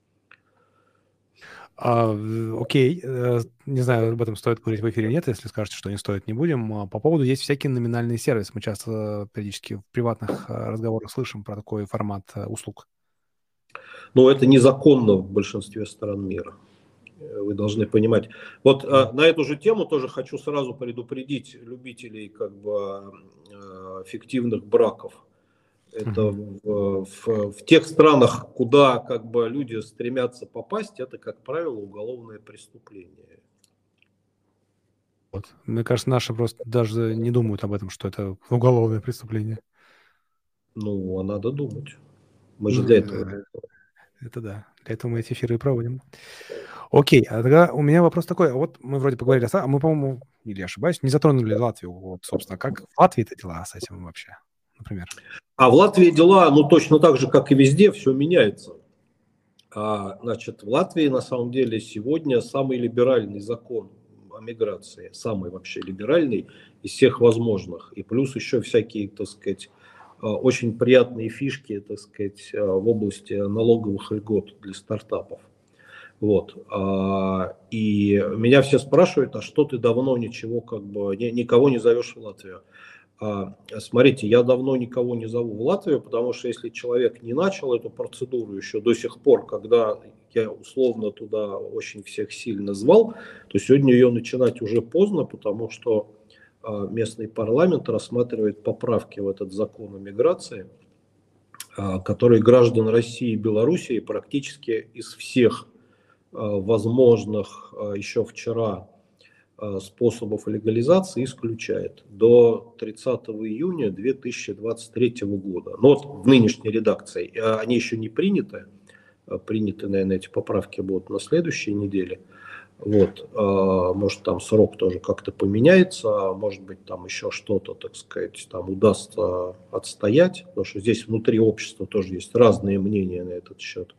А, окей, не знаю, об этом стоит говорить в эфире, нет, если скажете, что не стоит, не будем. По поводу есть всякие номинальные сервисы. Мы часто периодически в приватных разговорах слышим про такой формат услуг. Но это незаконно в большинстве стран мира. Вы должны понимать. Вот а, на эту же тему тоже хочу сразу предупредить любителей как бы фиктивных браков. Это uh-huh. в, в, в тех странах, куда как бы люди стремятся попасть, это, как правило, уголовное преступление. Вот. Мне кажется, наши просто даже не думают об этом, что это уголовное преступление. Ну, а надо думать. Мы же для этого. Это да. Для этого мы эти эфиры и проводим. Окей, а тогда у меня вопрос такой. Вот мы вроде поговорили, а мы, по-моему, или я ошибаюсь, не затронули Латвию. Вот, собственно, как в Латвии-то дела с этим вообще, например? А в Латвии дела, ну, точно так же, как и везде, все меняется. А, значит, в Латвии, на самом деле, сегодня самый либеральный закон о миграции, самый вообще либеральный из всех возможных. И плюс еще всякие, так сказать, очень приятные фишки, так сказать, в области налоговых льгот для стартапов. Вот. И меня все спрашивают, а что ты давно ничего, как бы, никого не зовешь в Латвию? Смотрите, я давно никого не зову в Латвию, потому что если человек не начал эту процедуру еще до сих пор, когда я условно туда очень всех сильно звал, то сегодня ее начинать уже поздно, потому что местный парламент рассматривает поправки в этот закон о миграции, которые граждан России и Белоруссии практически из всех возможных еще вчера способов легализации исключает до тридцатого июня две тысячи двадцать третьего года. Но вот в нынешней редакции они еще не приняты, приняты, наверное, эти поправки будут на следующей неделе. Вот, может, там срок тоже как-то поменяется, а может быть, там еще что-то, так сказать, там удастся отстоять, потому что здесь внутри общества тоже есть разные мнения на этот счет.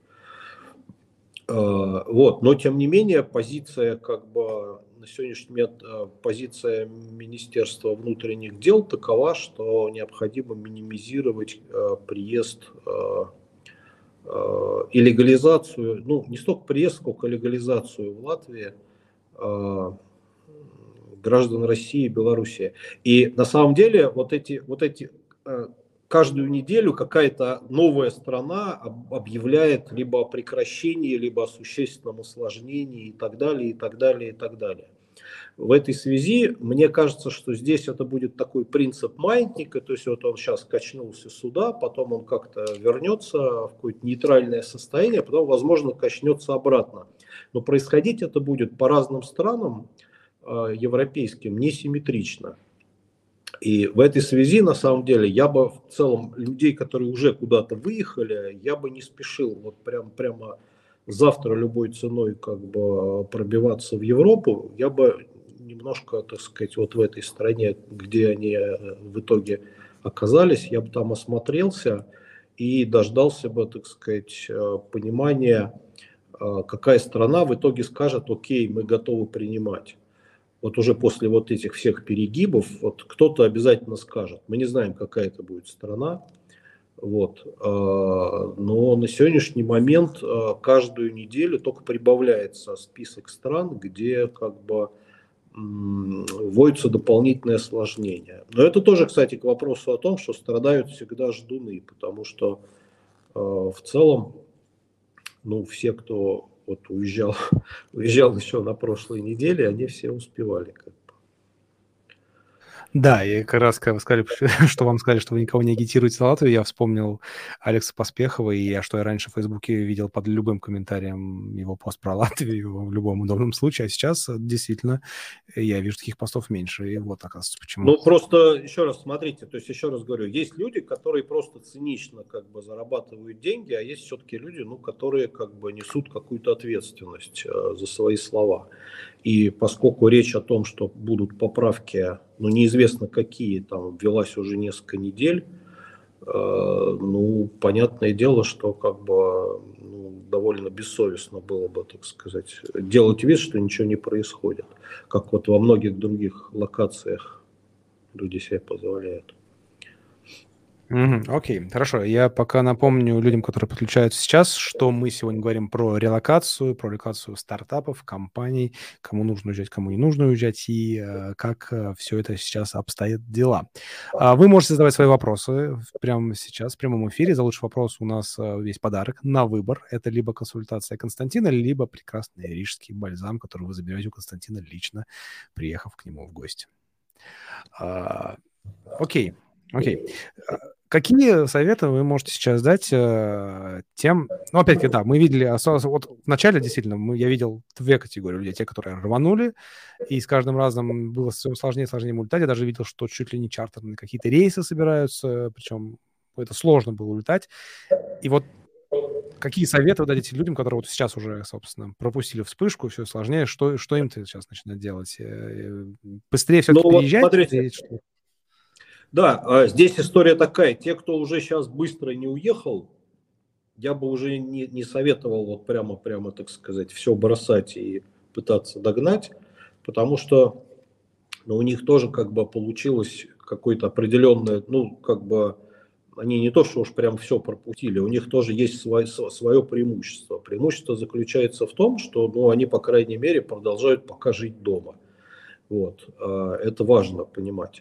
Вот, но тем не менее позиция, как бы на сегодняшний момент позиция Министерства внутренних дел такова, что необходимо минимизировать приезд и легализацию, ну, не столько приезд, сколько легализацию в Латвии э, граждан России и Белоруссии. И на самом деле вот эти, вот эти э, каждую неделю какая-то новая страна объявляет либо о прекращении, либо о существенном усложнении и так далее, и так далее, и так далее. В этой связи мне кажется, что здесь это будет такой принцип маятника, то есть вот он сейчас качнулся сюда, потом он как-то вернется в какое-то нейтральное состояние, потом, возможно, качнется обратно. Но происходить это будет по разным странам э, европейским несимметрично. И в этой связи, на самом деле, я бы в целом людей, которые уже куда-то выехали, я бы не спешил вот прям, прямо завтра любой ценой как бы пробиваться в Европу. Я бы немножко, так сказать, вот в этой стране, где они в итоге оказались, я бы там осмотрелся и дождался бы, так сказать, понимания, какая страна в итоге скажет: окей, мы готовы принимать. Вот уже после вот этих всех перегибов, вот кто-то обязательно скажет. Мы не знаем, какая это будет страна. Вот. Но на сегодняшний момент каждую неделю только прибавляется список стран, где как бы вводятся дополнительные осложнения. Но это тоже, кстати, к вопросу о том, что страдают всегда ждуны, потому что в целом, ну, все, кто вот уезжал, уезжал еще на прошлой неделе, они все успевали. Как бы. Да, и как раз, когда вы сказали, что вам сказали, что вы никого не агитируете на Латвию, я вспомнил Алекса Поспехова, и я, что я раньше в Фейсбуке видел под любым комментарием его пост про Латвию в любом удобном случае, а сейчас действительно я вижу таких постов меньше, и вот, оказывается, почему. Ну, просто еще раз смотрите, то есть еще раз говорю, есть люди, которые просто цинично как бы зарабатывают деньги, а есть все-таки люди, ну, которые как бы несут какую-то ответственность э, за свои слова. И поскольку речь о том, что будут поправки, ну, неизвестно какие, там, велась уже несколько недель, э, ну, понятное дело, что как бы ну, довольно бессовестно было бы, так сказать, делать вид, что ничего не происходит, как вот во многих других локациях люди себе позволяют. Mm-hmm. Окей, хорошо. Я пока напомню людям, которые подключаются сейчас, что мы сегодня говорим про релокацию, про релокацию стартапов, компаний, кому нужно уезжать, кому не нужно уезжать, и э, как э, все это сейчас обстоят дела. А вы можете задавать свои вопросы прямо сейчас в прямом эфире. За лучший вопрос у нас э, есть подарок на выбор. Это либо консультация Константина, либо прекрасный рижский бальзам, который вы заберете у Константина лично, приехав к нему в гости. А, окей. Окей. Какие советы вы можете сейчас дать э, тем... Ну, опять-таки, да, мы видели... Вот в начале, действительно, мы, я видел две категории людей. Те, которые рванули, и с каждым разом было все сложнее и сложнее улетать. Я даже видел, что чуть ли не чартерные какие-то рейсы собираются, причем это сложно было улетать. И вот какие советы вы дадите людям, которые вот сейчас уже, собственно, пропустили вспышку, все сложнее, что, что им-то сейчас начинать делать? Быстрее все-таки ну, переезжать? Вот смотрите. Да, здесь история такая. Те, кто уже сейчас быстро не уехал, я бы уже не, не советовал вот прямо, прямо, так сказать, все бросать и пытаться догнать, потому что ну, у них тоже как бы получилось какое-то определенное, ну, как бы, они не то, что уж прям все пропустили, у них тоже есть свое, свое преимущество. Преимущество заключается в том, что, ну, они, по крайней мере, продолжают пока жить дома. Вот, это важно понимать.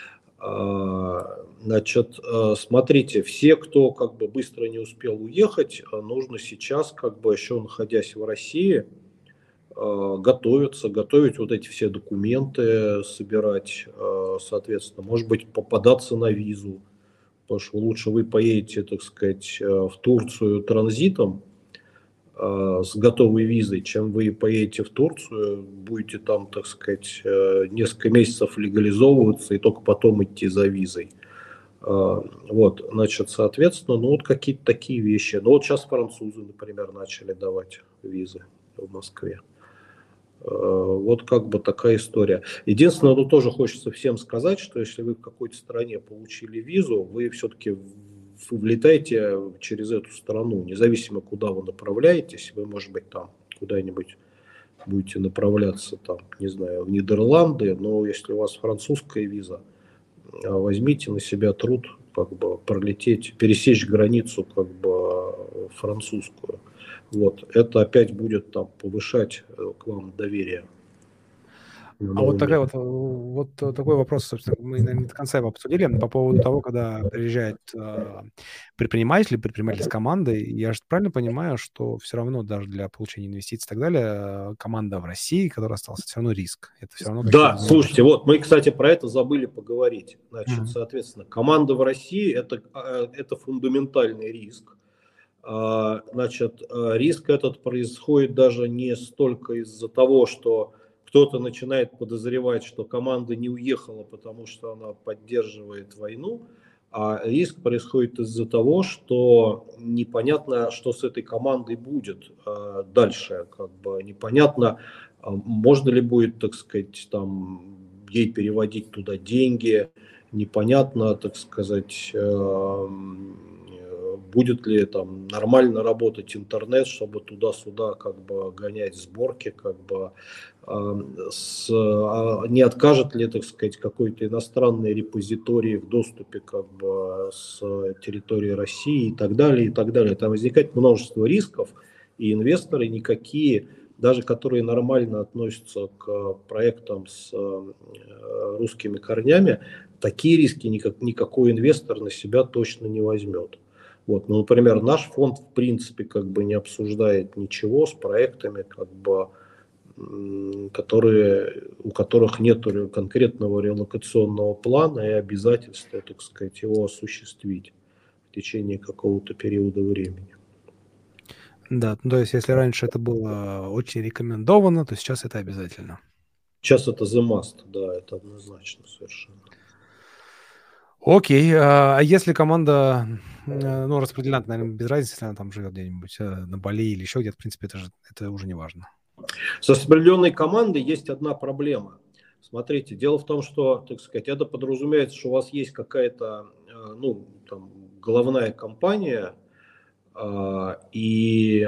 Значит, смотрите, все, кто как бы быстро не успел уехать, нужно сейчас, как бы еще находясь в России, готовиться, готовить вот эти все документы, собирать, соответственно, может быть, попадаться на визу, потому что лучше вы поедете, так сказать, в Турцию транзитом с готовой визой, чем вы поедете в Турцию, будете там, так сказать, несколько месяцев легализовываться и только потом идти за визой. Вот, значит, соответственно, ну вот какие-то такие вещи. Ну вот сейчас французы, например, начали давать визы в Москве. Вот как бы такая история. Единственное, ну тоже хочется всем сказать, что если вы в какой-то стране получили визу, вы все-таки влетаете через эту страну, независимо куда вы направляетесь, вы, может быть, там куда-нибудь будете направляться, там, не знаю, в Нидерланды, но если у вас французская виза, возьмите на себя труд как бы пролететь, пересечь границу как бы французскую. Вот. Это опять будет там повышать к вам доверие. А вот, такая вот, вот такой вопрос, собственно, мы, наверное, до конца его обсудили, по поводу того, когда приезжает э, предприниматель, предприниматель с командой. Я же правильно понимаю, что все равно даже для получения инвестиций и так далее команда в России, которая осталась, все равно риск. Это все равно да, слушайте, вот мы, кстати, про это забыли поговорить. Значит, mm-hmm. соответственно, команда в России это, это фундаментальный риск. Значит, риск этот происходит даже не столько из-за того, что кто-то начинает подозревать, что команда не уехала, потому что она поддерживает войну, а риск происходит из-за того, что непонятно, что с этой командой будет дальше. Как бы непонятно, можно ли будет, так сказать, там, ей переводить туда деньги, непонятно, так сказать, будет ли там нормально работать интернет, чтобы туда-сюда как бы гонять сборки, как бы э, с, э, не откажет ли, так сказать, какой-то иностранный репозиторий в доступе как бы с территории России и так далее, и так далее. Там возникает множество рисков, и инвесторы никакие, даже которые нормально относятся к проектам с э, русскими корнями, такие риски никак, никакой инвестор на себя точно не возьмет. Вот, ну, например, наш фонд в принципе как бы не обсуждает ничего с проектами, как бы, которые, у которых нет конкретного релокационного плана и обязательства, так сказать, его осуществить в течение какого-то периода времени. Да, ну, то есть если раньше это было очень рекомендовано, то сейчас это обязательно. Сейчас это the must, да, это однозначно совершенно. Окей, а если команда, ну, распределена, наверное, без разницы, если она там живет где-нибудь на Бали или еще где-то, в принципе, это же это уже не важно. С распределенной командой есть одна проблема. Смотрите, дело в том, что, так сказать, это подразумевается, что у вас есть какая-то, ну, там, головная компания, и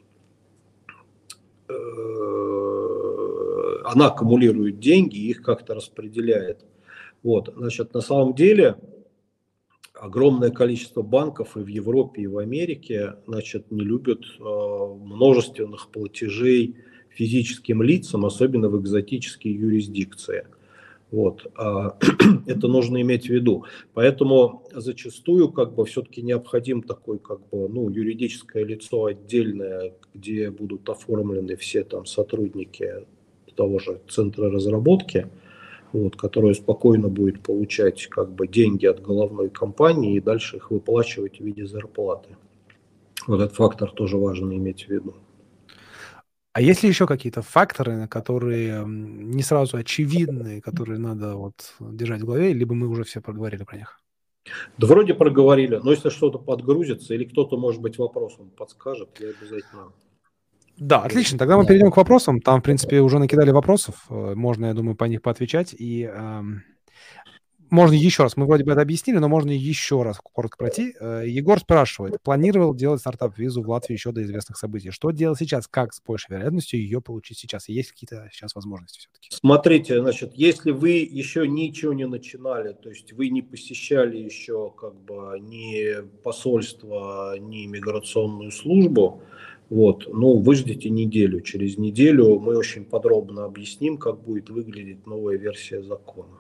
она аккумулирует деньги и их как-то распределяет. Вот, значит, на самом деле огромное количество банков и в Европе, и в Америке, значит, не любят э, множественных платежей физическим лицам, особенно в экзотические юрисдикции. Вот, а, это нужно иметь в виду. Поэтому зачастую как бы все-таки необходим такой как бы, ну, юридическое лицо отдельное, где будут оформлены все там сотрудники того же центра разработки, вот, которая спокойно будет получать как бы деньги от головной компании и дальше их выплачивать в виде зарплаты. Вот этот фактор тоже важно иметь в виду. А есть ли еще какие-то факторы, которые не сразу очевидны, которые надо вот держать в голове, либо мы уже все проговорили про них? Да вроде проговорили, но если что-то подгрузится или кто-то, может быть, вопросом подскажет, я обязательно... Да, отлично. Тогда мы перейдем к вопросам. Там, в принципе, уже накидали вопросов. Можно, я думаю, по них поотвечать. И э, можно еще раз, мы вроде бы это объяснили, но можно еще раз коротко пройти. Э, Егор спрашивает, планировал делать стартап-визу в Латвии еще до известных событий. Что делать сейчас? Как с большей вероятностью ее получить сейчас? И есть какие-то сейчас возможности все-таки? Смотрите, значит, если вы еще ничего не начинали, то есть вы не посещали еще как бы ни посольство, ни миграционную службу, вот, ну, вы ждите неделю. Через неделю мы очень подробно объясним, как будет выглядеть новая версия закона.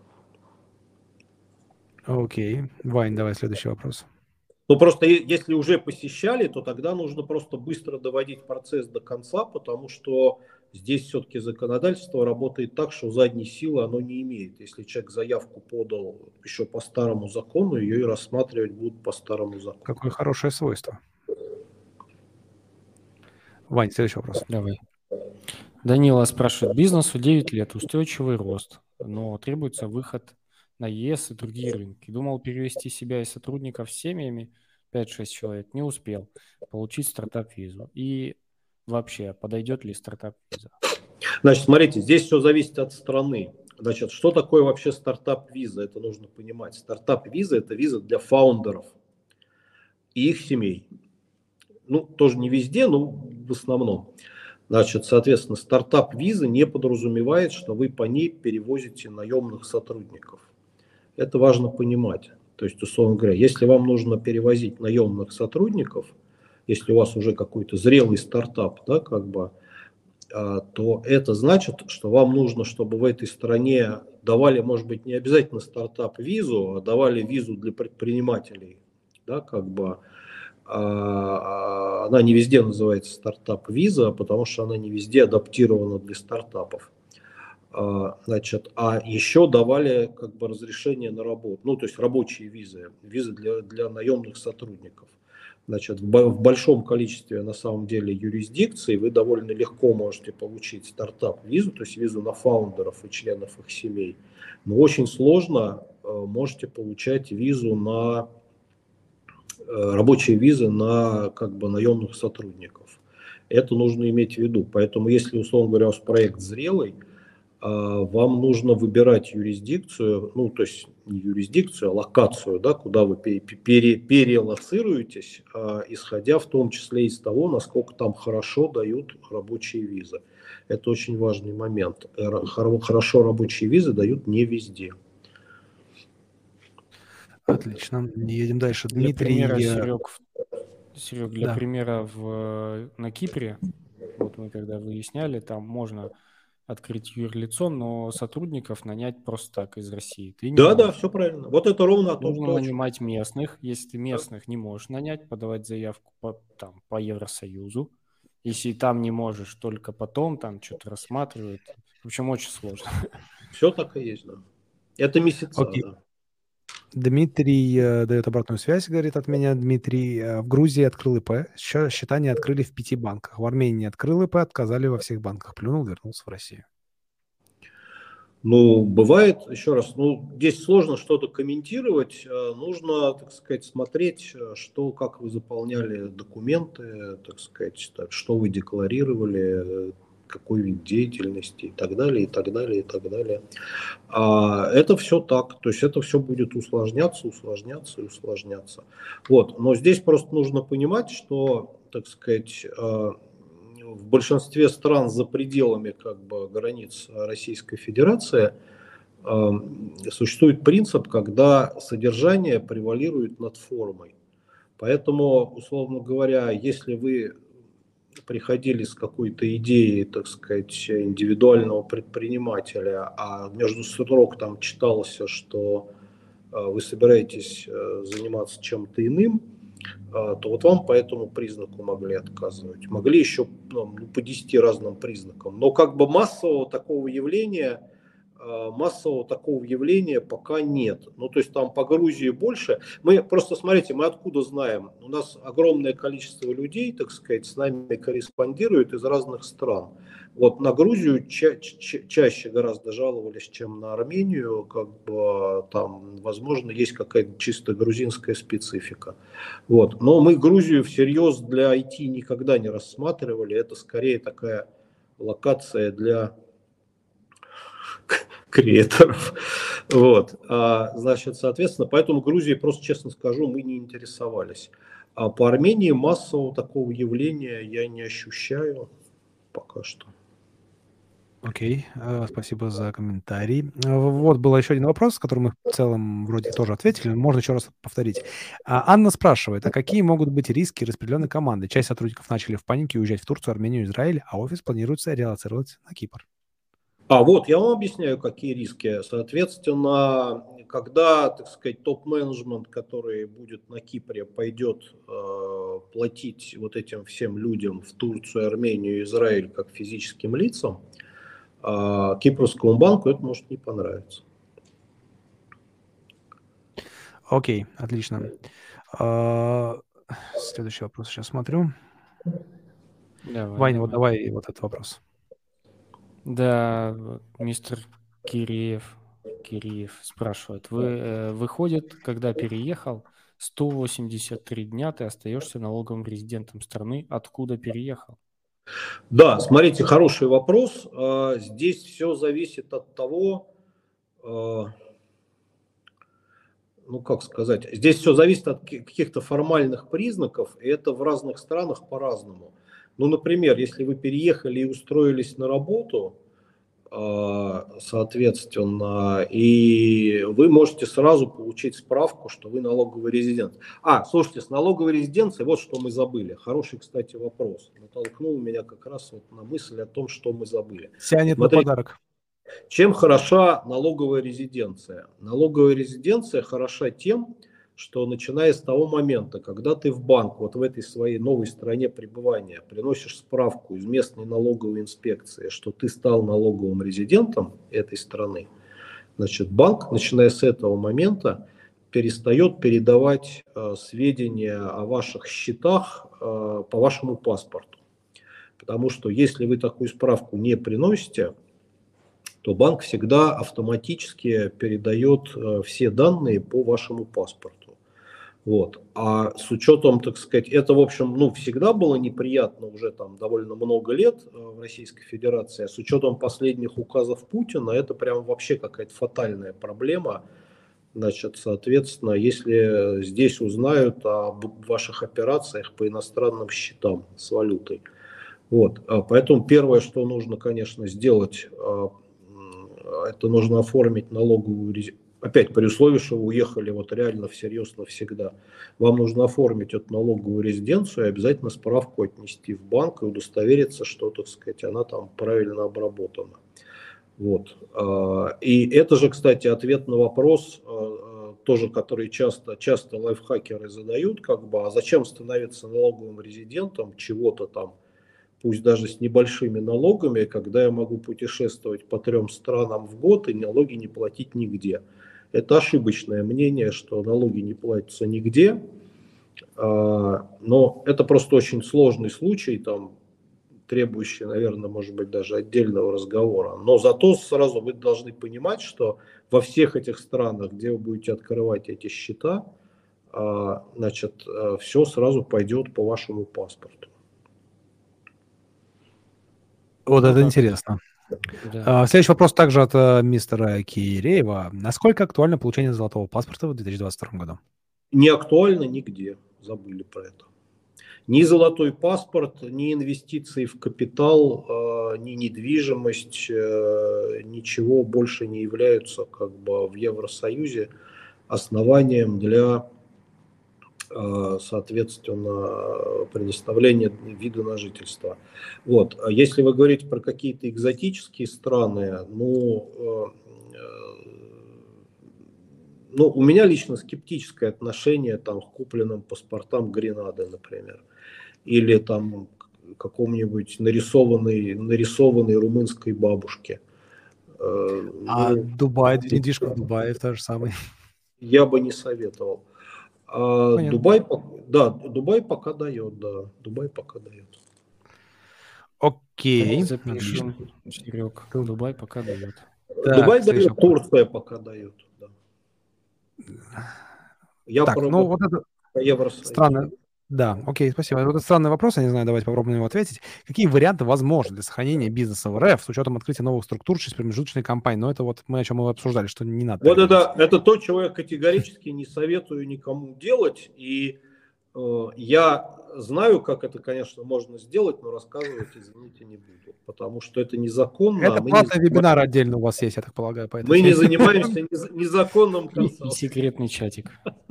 Окей. Вань, давай следующий вопрос. Ну, просто если уже посещали, то тогда нужно просто быстро доводить процесс до конца, потому что здесь все-таки законодательство работает так, что задней силы оно не имеет. Если человек заявку подал еще по старому закону, ее и рассматривать будут по старому закону. Какое хорошее свойство. Вань, следующий вопрос. Давай. Данила спрашивает, бизнесу девять лет, устойчивый рост, но требуется выход на ЕС и другие рынки. Думал перевести себя и сотрудников с семьями, пять-шесть человек, не успел получить стартап-визу. И вообще, подойдет ли стартап-виза? Значит, смотрите, здесь все зависит от страны. Значит, что такое вообще стартап-виза? Это нужно понимать. Стартап-виза – это виза для фаундеров и их семей. Ну, тоже не везде, но в основном. Значит, соответственно, стартап-виза не подразумевает, что вы по ней перевозите наемных сотрудников. Это важно понимать. То есть, условно говоря, если вам нужно перевозить наемных сотрудников, если у вас уже какой-то зрелый стартап, да, как бы, то это значит, что вам нужно, чтобы в этой стране давали, может быть, не обязательно стартап-визу, а давали визу для предпринимателей. Да, как бы, а, она не везде называется стартап-виза, потому что она не везде адаптирована для стартапов. А, значит, а еще давали как бы разрешение на работу, ну то есть рабочие визы, визы для, для наемных сотрудников. Значит, в большом количестве на самом деле юрисдикций вы довольно легко можете получить стартап-визу, то есть визу на фаундеров и членов их семей. Но очень сложно можете получать визу на рабочие визы на как бы наемных сотрудников. Это нужно иметь в виду. Поэтому, если, условно говоря, у вас проект зрелый, вам нужно выбирать юрисдикцию, ну, то есть не юрисдикцию, а локацию, да, куда вы пере, перелоцируетесь, исходя в том числе из того, насколько там хорошо дают рабочие визы. Это очень важный момент. Хорошо рабочие визы дают не везде. Отлично. Едем дальше. Для Дмитрий... примера, Серег, Серег, для да. примера в, на Кипре, вот мы когда выясняли, там можно открыть юрлицо, но сотрудников нанять просто так из России. Ты не да, можешь. Да, все правильно. Вот это ровно о том, Нужно что... нанимать местных. Если ты местных да. не можешь нанять, подавать заявку по, там, по Евросоюзу. Если там не можешь, только потом там что-то рассматривают. В общем, очень сложно. Все так и есть, да. Это месяца, Окей. да. Дмитрий э, дает обратную связь, говорит от меня. Дмитрий, э, в Грузии открыл ИП, счета не открыли в пяти банках. В Армении открыл ИП, отказали во всех банках. Плюнул, вернулся в Россию. Ну, бывает, еще раз, ну, здесь сложно что-то комментировать, нужно, так сказать, смотреть, что, как вы заполняли документы, так сказать, так, что вы декларировали, какой вид деятельности и так далее, и так далее, и так далее. А это все так, то есть это все будет усложняться, усложняться и усложняться. Вот, но здесь просто нужно понимать, что, так сказать, в большинстве стран за пределами как бы границ Российской Федерации э, существует принцип, когда содержание превалирует над формой. Поэтому, условно говоря, если вы приходили с какой-то идеей, так сказать, индивидуального предпринимателя, а между строк там читалось, что э, вы собираетесь э, заниматься чем-то иным, то вот вам по этому признаку могли отказывать. Могли еще ну, по десяти разным признакам. Но как бы массового такого явления, массового такого явления пока нет. Ну, то есть там по Грузии больше. Мы просто, смотрите, мы откуда знаем? У нас огромное количество людей, так сказать, с нами корреспондируют из разных стран. Вот на Грузию ча- ча- чаще гораздо жаловались, чем на Армению. Как бы там, возможно, есть какая-то чисто грузинская специфика. Вот. Но мы Грузию всерьез для ай ти никогда не рассматривали. Это скорее такая локация для креаторов. Вот. А, значит, соответственно, поэтому Грузией, просто честно скажу, мы не интересовались. А по Армении массового такого явления я не ощущаю пока что. Окей, okay. Спасибо за комментарий. Вот был еще один вопрос, который мы в целом вроде тоже ответили, можно еще раз повторить. Анна спрашивает, а какие могут быть риски распределенной команды? Часть сотрудников начали в панике уезжать в Турцию, Армению, Израиль, а офис планируется релоцировать на Кипр. А вот я вам объясняю, какие риски. Соответственно, когда, так сказать, топ-менеджмент, который будет на Кипре, пойдет э, платить вот этим всем людям в Турцию, Армению, Израиль как физическим лицам, э, Кипрскому банку это может не понравиться. Окей, отлично. Uh, следующий вопрос сейчас смотрю. Давай, Ваня, давай. вот давай вот этот вопрос. Да, мистер Киреев Киреев спрашивает. Вы, э, выходит, когда переехал, сто восемьдесят три дня ты остаешься налоговым резидентом страны. Откуда переехал? Да, смотрите, хороший вопрос. Здесь все зависит от того, ну как сказать, здесь все зависит от каких-то формальных признаков, и это в разных странах по-разному. Ну, например, если вы переехали и устроились на работу, соответственно, и вы можете сразу получить справку, что вы налоговый резидент. А, слушайте, с налоговой резиденцией, вот что мы забыли. Хороший, кстати, вопрос. Натолкнул меня как раз вот на мысль о том, что мы забыли. Тянет на подарок. Чем хороша налоговая резиденция? Налоговая резиденция хороша тем, что начиная с того момента, когда ты в банк, вот в этой своей новой стране пребывания, приносишь справку из местной налоговой инспекции, что ты стал налоговым резидентом этой страны, значит, банк, начиная с этого момента, перестает передавать э, сведения о ваших счетах э, по вашему паспорту. Потому что если вы такую справку не приносите, то банк всегда автоматически передает э, все данные по вашему паспорту. Вот. А с учетом, так сказать, это, в общем, ну, всегда было неприятно уже там довольно много лет э, в Российской Федерации, а с учетом последних указов Путина это прям вообще какая-то фатальная проблема. Значит, соответственно, если здесь узнают о ваших операциях по иностранным счетам с валютой. Вот. Поэтому первое, что нужно, конечно, сделать, это нужно оформить налоговую резиденцию. Опять, при условии, что вы уехали вот реально всерьез навсегда. Вам нужно оформить эту налоговую резиденцию и обязательно справку отнести в банк и удостовериться, что, так сказать, она там правильно обработана. Вот. И это же, кстати, ответ на вопрос, тоже, который часто, часто лайфхакеры задают, как бы, а зачем становиться налоговым резидентом чего-то там, пусть даже с небольшими налогами, когда я могу путешествовать по трем странам в год и налоги не платить нигде. Это ошибочное мнение, что налоги не платятся нигде, но это просто очень сложный случай, там, требующий, наверное, может быть, даже отдельного разговора. Но зато сразу вы должны понимать, что во всех этих странах, где вы будете открывать эти счета, значит, все сразу пойдет по вашему паспорту. Вот ну, это так. Интересно. Да. Следующий вопрос также от uh, мистера Киреева. Насколько актуально получение золотого паспорта в две тысячи двадцать втором году? Не актуально нигде. Забыли про это. Ни золотой паспорт, ни инвестиции в капитал, uh, ни недвижимость, uh, ничего больше не являются как бы в Евросоюзе основанием для, соответственно, предоставления вида на жительство. Вот. А если вы говорите про какие-то экзотические страны, ну, ну, у меня лично скептическое отношение там, к купленным паспортам Гренады, например, или там какому-нибудь нарисованной, нарисованной румынской бабушке. А ну, Дубай, недвижка в Дубае та же самая. Я бы не советовал. А Дубай, да, Дубай пока дает, да, Дубай пока дает. Окей. Запишем, Серег. Дубай пока дает. Так, Дубай дает, вопрос. Турция пока дает. Да. Я так, ну вот это Евросоюз. Странно. Да, окей, спасибо. Это странный вопрос, я не знаю, давайте попробуем его ответить. Какие варианты возможны для сохранения бизнеса в РФ с учетом открытия новых структур через промежуточные компании? Но это вот мы о чем мы обсуждали, что не надо. Вот это, это то, чего я категорически не советую никому делать. И э, я знаю, как это, конечно, можно сделать, но рассказывать, извините, не буду. Потому что это незаконно. Это платный не... вебинар отдельно у вас есть, я так полагаю. Мы теме. не занимаемся незаконным консалтингом. И секретный чатик.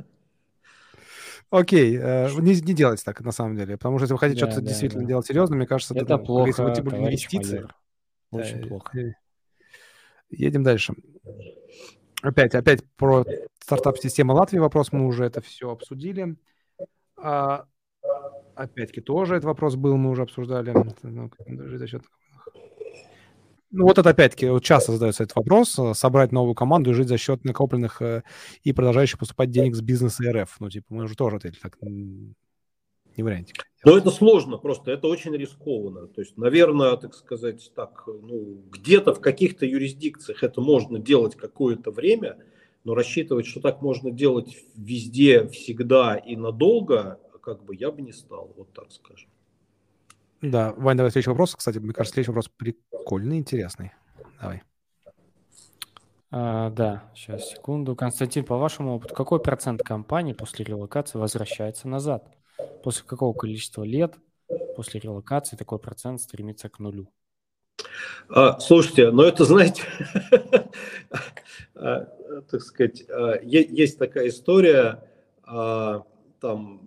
Окей, э, не, не делайте так, на самом деле, потому что если вы хотите да, что-то да, действительно да. делать серьезно, мне кажется, это, это плохо, если вы были инвестиции. Очень да, плохо. Едем дальше. Опять, опять про стартап-систему Латвии вопрос, мы уже это все обсудили. А, опять-таки тоже этот вопрос был, мы уже обсуждали. Ну вот это опять-таки вот часто задается этот вопрос, собрать новую команду и жить за счет накопленных э, и продолжающих поступать денег с бизнеса РФ. Ну типа мы уже тоже ответили так. Не вариантик. Но это сложно просто, это очень рискованно. То есть, наверное, так сказать, так, ну, где-то в каких-то юрисдикциях это можно делать какое-то время, но рассчитывать, что так можно делать везде, всегда и надолго, как бы я бы не стал, вот так скажем. Да, Вань, давай следующий вопрос. Кстати, мне кажется, следующий вопрос прикольный, интересный. Давай. А, да, сейчас, секунду. Константин, по вашему опыту, какой процент компаний после релокации возвращается назад? После какого количества лет после релокации такой процент стремится к нулю? А, слушайте, ну это, знаете, так сказать, есть такая история, там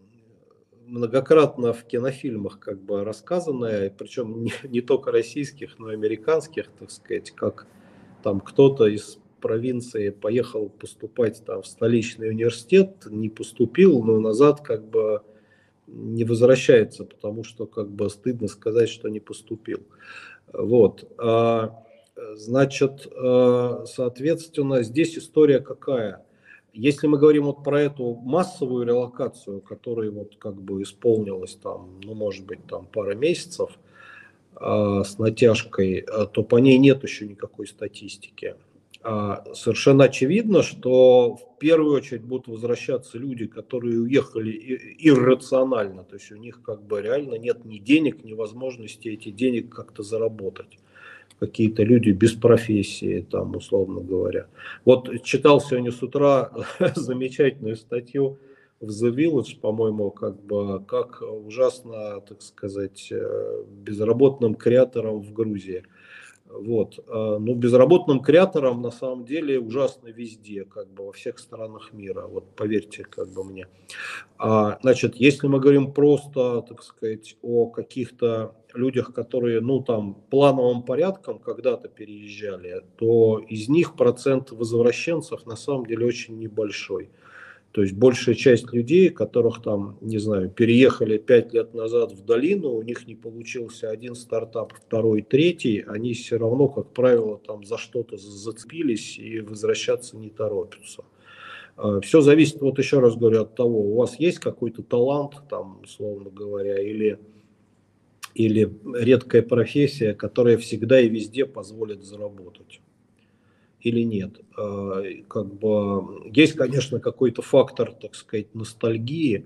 многократно в кинофильмах как бы рассказанная, причем не, не только российских, но и американских, так сказать, как там кто-то из провинции поехал поступать там в столичный университет, не поступил, но назад как бы не возвращается, потому что как бы стыдно сказать, что не поступил. Вот. Значит, соответственно, здесь история какая? Если мы говорим вот про эту массовую релокацию, которая вот как бы исполнилась там, ну, может быть, там пара месяцев э, с натяжкой, то по ней нет еще никакой статистики. А совершенно очевидно, что в первую очередь будут возвращаться люди, которые уехали иррационально, то есть у них как бы реально нет ни денег, ни возможности эти денег как-то заработать. Какие-то люди без профессии, там, условно говоря. Вот читал сегодня с утра замечательную статью в The Village, по-моему, как бы, как ужасно, так сказать, безработным креаторам в Грузии. Вот. Ну, безработным креаторам на самом деле ужасно везде, как бы во всех странах мира. Вот поверьте, как бы мне. А, значит, если мы говорим просто, так сказать, о каких-то людях, которые, ну, там, плановым порядком когда-то переезжали, то из них процент возвращенцев на самом деле очень небольшой. То есть большая часть людей, которых там, не знаю, переехали пять лет назад в долину, у них не получился один стартап, второй, третий, они все равно, как правило, там за что-то зацепились и возвращаться не торопятся. Все зависит, вот еще раз говорю, от того, у вас есть какой-то талант, там, условно говоря, или, или редкая профессия, которая всегда и везде позволит заработать. Или нет. Как бы, есть, конечно, какой-то фактор, так сказать, ностальгии,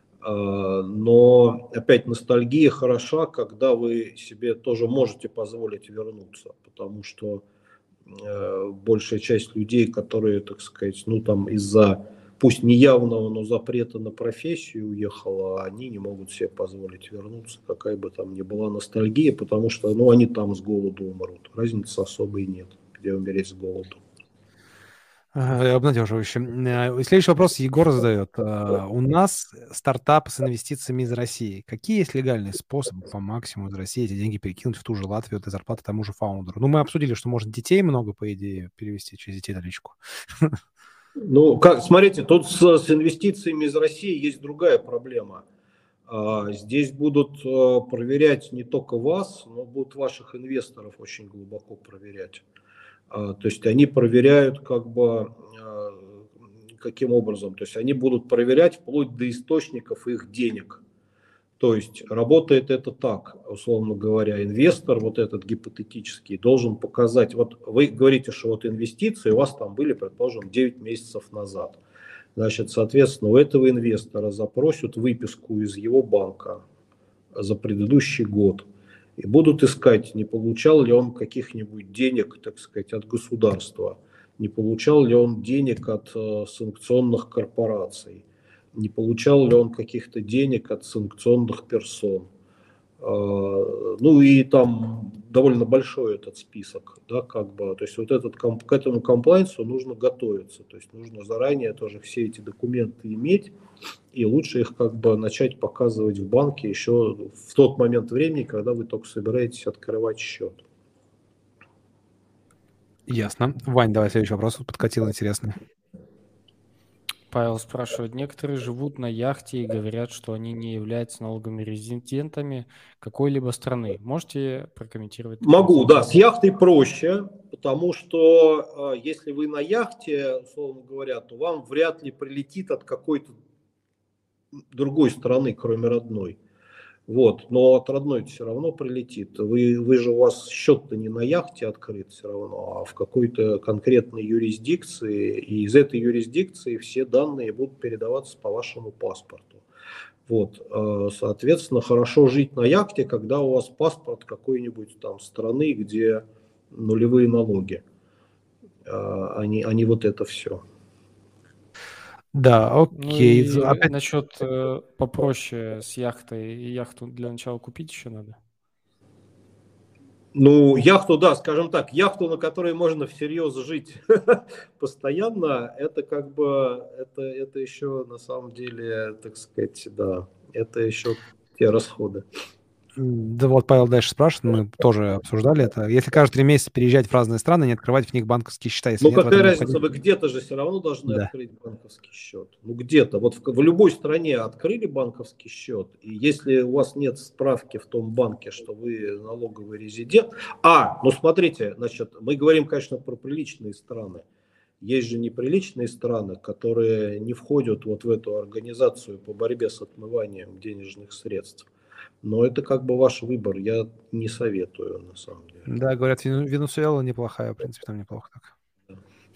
но опять ностальгия хороша, когда вы себе тоже можете позволить вернуться, потому что большая часть людей, которые, так сказать, ну там из-за, пусть неявного, но запрета на профессию уехала, они не могут себе позволить вернуться, какая бы там ни была ностальгия, потому что, ну, они там с голоду умрут. Разницы особой нет, где умереть с голоду. Обнадеживающе. Следующий вопрос Егор задает. У нас стартап с инвестициями из России. Какие есть легальные способы по максимуму из России эти деньги перекинуть в ту же Латвию для зарплаты тому же фаундеру? Ну, мы обсудили, что можно детей много, по идее, перевести через детей наличку. Ну, как, смотрите, тут с, с инвестициями из России есть другая проблема. Здесь будут проверять не только вас, но будут ваших инвесторов очень глубоко проверять. То есть они проверяют как бы каким образом, то есть они будут проверять вплоть до источников их денег. То есть работает это так, условно говоря, инвестор вот этот гипотетический должен показать, вот вы говорите, что вот инвестиции у вас там были, предположим, девять месяцев назад. Значит, соответственно, у этого инвестора запросят выписку из его банка за предыдущий год. И будут искать, не получал ли он каких-нибудь денег, так сказать, от государства, не получал ли он денег от э, санкционных корпораций, не получал ли он каких-то денег от санкционных персон. Э, ну и там довольно большой этот список, да, как бы, то есть вот этот, к этому комплайнсу нужно готовиться, то есть нужно заранее тоже все эти документы иметь. И лучше их как бы начать показывать в банке еще в тот момент времени, когда вы только собираетесь открывать счет. Ясно. Вань, давай следующий вопрос. Подкатил интересный. Павел спрашивает, некоторые живут на яхте и говорят, что они не являются налоговыми резидентами какой-либо страны. Можете прокомментировать? Могу, да. С яхтой проще, потому что э, если вы на яхте, условно говоря, то вам вряд ли прилетит от какой-то другой страны, кроме родной. Вот, но от родной все равно прилетит. Вы, вы же, у вас счет-то не на яхте открыт все равно, а в какой-то конкретной юрисдикции, и из этой юрисдикции все данные будут передаваться по вашему паспорту. Вот, соответственно, хорошо жить на яхте, когда у вас паспорт какой-нибудь там страны, где нулевые налоги, а не, а не вот это все. Да, окей. Ну и Опять... насчет э, попроще с яхтой, яхту для начала купить еще надо? Ну, яхту, да, скажем так, яхту, на которой можно всерьез жить постоянно, это как бы, это, это еще на самом деле, так сказать, да, это еще те расходы. Да вот Павел дальше спрашивает, мы тоже обсуждали это. Если каждые три месяца переезжать в разные страны, не открывать в них банковские счета, если ну, нет какая разница, вы где-то же все равно должны да. открыть банковский счет. Ну, где-то. Вот в, в любой стране открыли банковский счет, и если у вас нет справки в том банке, что вы налоговый резидент... А, ну, смотрите, значит, мы говорим, конечно, про приличные страны. Есть же неприличные страны, которые не входят вот в эту организацию по борьбе с отмыванием денежных средств. Но это как бы ваш выбор, я не советую на самом деле. Да, говорят, Венесуэла неплохая, в принципе, там неплохо так. Да.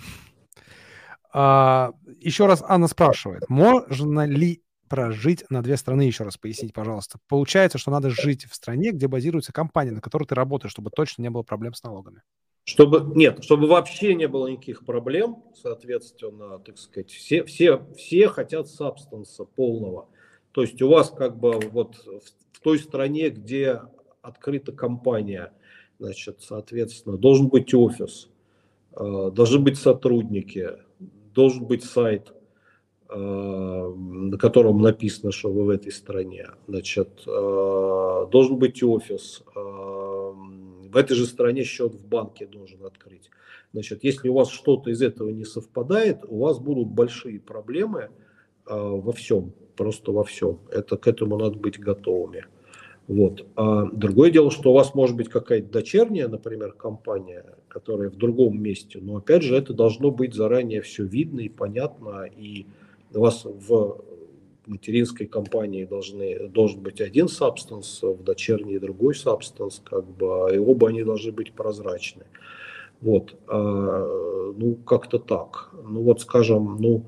А, еще раз Анна спрашивает, можно ли прожить на две страны, еще раз поясните, пожалуйста. Получается, что надо жить в стране, где базируется компания, на которой ты работаешь, чтобы точно не было проблем с налогами. Чтобы, нет, чтобы вообще не было никаких проблем, соответственно, так сказать, все, все, все хотят сабстанса полного. То есть у вас как бы вот в, в той стране, где открыта компания, значит, соответственно, должен быть офис, э, должны быть сотрудники, должен быть сайт, э, на котором написано, что вы в этой стране, значит, э, должен быть офис, э, в этой же стране счет в банке должен открыть. Значит, если у вас что-то из этого не совпадает, у вас будут большие проблемы э, во всем, просто во всем. Это, к этому надо быть готовыми. Вот. А другое дело, что у вас может быть какая-то дочерняя, например, компания, которая в другом месте, но опять же это должно быть заранее все видно и понятно, и у вас в материнской компании должны, должен быть один сабстанс, в дочерней другой сабстанс, как бы, и оба они должны быть прозрачны. Вот, а, ну как-то так. Ну вот, скажем, ну,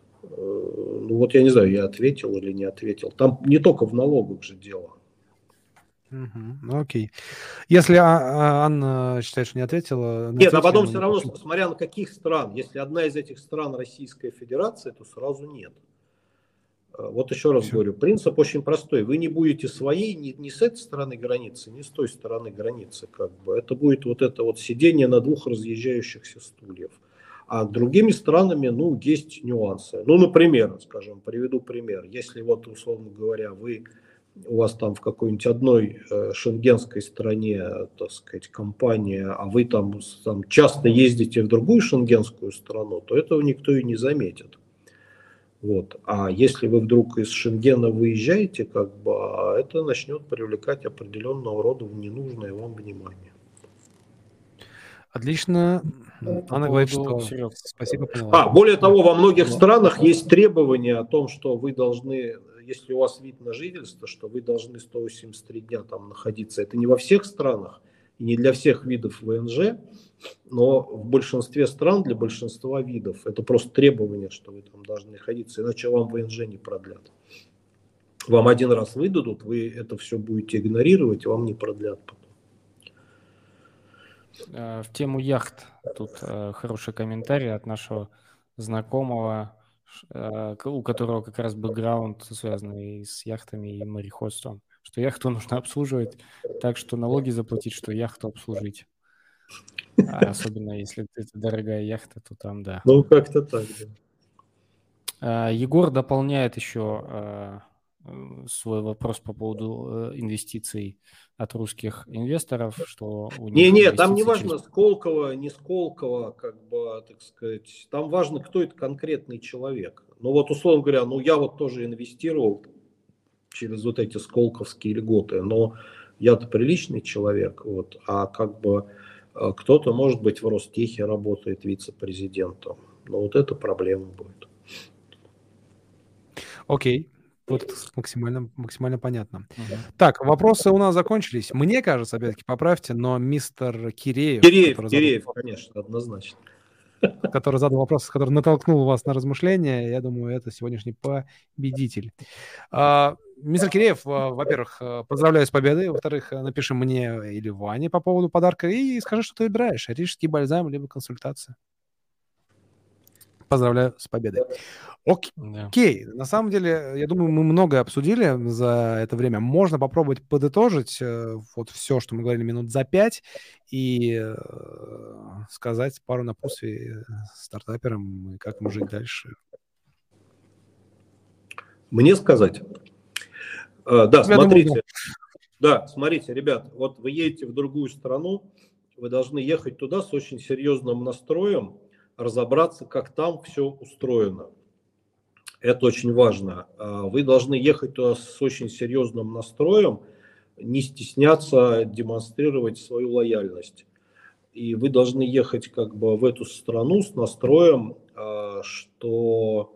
ну вот я не знаю, я ответил или не ответил. Там не только в налогах же дело. Угу, ну окей. Если Анна считает, что не ответила... Нет, а потом все равно, смотря на каких стран. Если одна из этих стран Российская Федерация, то сразу нет. Вот еще раз Все. говорю, принцип очень простой. Вы не будете своей ни, ни с этой стороны границы, ни с той стороны границы. Как бы. Это будет вот это вот сидение на двух разъезжающихся стульев. А другими странами, ну, есть нюансы. Ну, например, скажем, приведу пример. Если вот, условно говоря, вы, у вас там в какой-нибудь одной э, шенгенской стране, так сказать, компания, а вы там, там часто ездите в другую шенгенскую страну, то этого никто и не заметит. Вот. А если вы вдруг из Шенгена выезжаете, как бы, это начнет привлекать определенного рода ненужное вам внимание. Отлично. Она говорит, что... Спасибо, поняла. А, более того, во многих странах есть требования о том, что вы должны, если у вас вид на жительство, что вы должны сто восемьдесят три дня там находиться. Это не во всех странах и не для всех видов ВНЖ, но в большинстве стран, для большинства видов, это просто требование, что вы там должны находиться, иначе вам ВНЖ не продлят. Вам один раз выдадут, вы это все будете игнорировать, вам не продлят потом. В тему яхт тут хороший комментарий от нашего знакомого, у которого как раз бэкграунд связанный с яхтами и мореходством, что яхту нужно обслуживать так, что налоги заплатить, что яхту обслужить. А особенно если это дорогая яхта, то там да. Ну, как-то так, да. Егор дополняет еще свой вопрос по поводу инвестиций от русских инвесторов, что у них... Не, не, там не важно через... Сколково, не Сколково, как бы, так сказать, там важно, кто это конкретный человек. Ну вот, условно говоря, ну я вот тоже инвестировал через вот эти сколковские льготы, но я-то приличный человек, вот, а как бы кто-то, может быть, в Ростехе работает вице-президентом, но вот это проблема будет. Окей. вот максимально, максимально понятно. Uh-huh. Так, вопросы у нас закончились. Мне кажется, опять-таки, поправьте, но мистер Киреев... Киреев, Киреев, задал... конечно, однозначно. Который задал вопрос, который натолкнул вас на размышления, я думаю, это сегодняшний победитель. А, мистер Киреев, во-первых, поздравляю с победой. Во-вторых, напиши мне или Ване по поводу подарка и скажи, что ты выбираешь. Рижский бальзам либо консультация. Поздравляю с победой. Окей. Yeah. На самом деле, я думаю, мы многое обсудили за это время. Можно попробовать подытожить э, вот все, что мы говорили минут за пять, и э, сказать пару напутствий стартаперам, как им жить дальше. Мне сказать? А, да, я смотрите. Думаю, да. да, смотрите, ребят, вот вы едете в другую страну, вы должны ехать туда с очень серьезным настроем, разобраться, как там все устроено. Это очень важно. Вы должны ехать туда с очень серьезным настроем, не стесняться демонстрировать свою лояльность. И вы должны ехать как бы в эту страну с настроем, что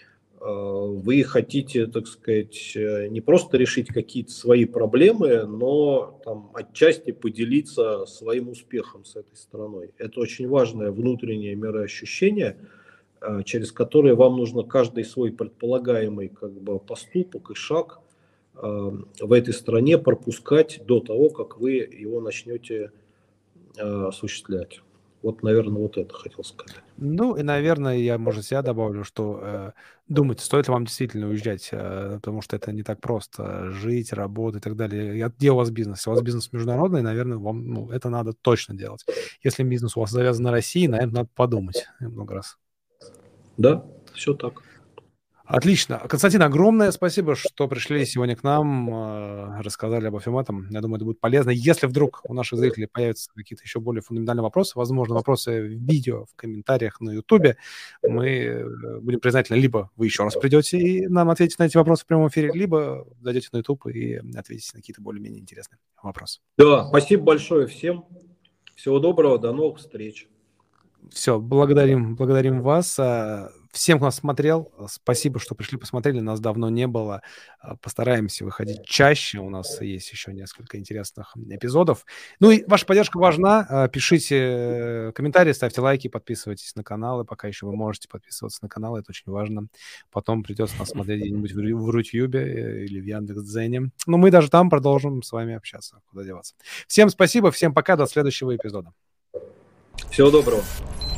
вы хотите, так сказать, не просто решить какие-то свои проблемы, но там, отчасти поделиться своим успехом с этой страной. Это очень важное внутреннее мироощущение, через которые вам нужно каждый свой предполагаемый как бы, поступок и шаг э, в этой стране пропускать до того, как вы его начнете э, осуществлять. Вот, наверное, вот это хотел сказать. Ну, и, наверное, я, может, себя добавлю, что э, думать, стоит ли вам действительно уезжать, э, потому что это не так просто. Жить, работать и так далее. Где у вас бизнес? Если у вас бизнес международный, наверное, вам ну, это надо точно делать. Если бизнес у вас завязан на России, наверное, надо подумать много раз. Да, все так. Отлично. Константин, огромное спасибо, что пришли сегодня к нам, рассказали обо всем этом. Я думаю, это будет полезно. Если вдруг у наших зрителей появятся какие-то еще более фундаментальные вопросы, возможно, вопросы в видео, в комментариях на Ютубе, мы будем признательны, либо вы еще раз придете и нам ответите на эти вопросы в прямом эфире, либо зайдете на Ютуб и ответите на какие-то более-менее интересные вопросы. Да, спасибо большое всем. Всего доброго, до новых встреч. Все, благодарим, благодарим вас. Всем, кто нас смотрел, спасибо, что пришли, посмотрели. Нас давно не было. Постараемся выходить чаще. У нас есть еще несколько интересных эпизодов. Ну и ваша поддержка важна. Пишите комментарии, ставьте лайки, подписывайтесь на каналы. Пока еще вы можете подписываться на канал, это очень важно. Потом придется нас смотреть где-нибудь в Рутюбе или в Яндекс.Дзене. Но мы даже там продолжим с вами общаться. Куда деваться. Всем спасибо, всем пока, до следующего эпизода. Всего доброго.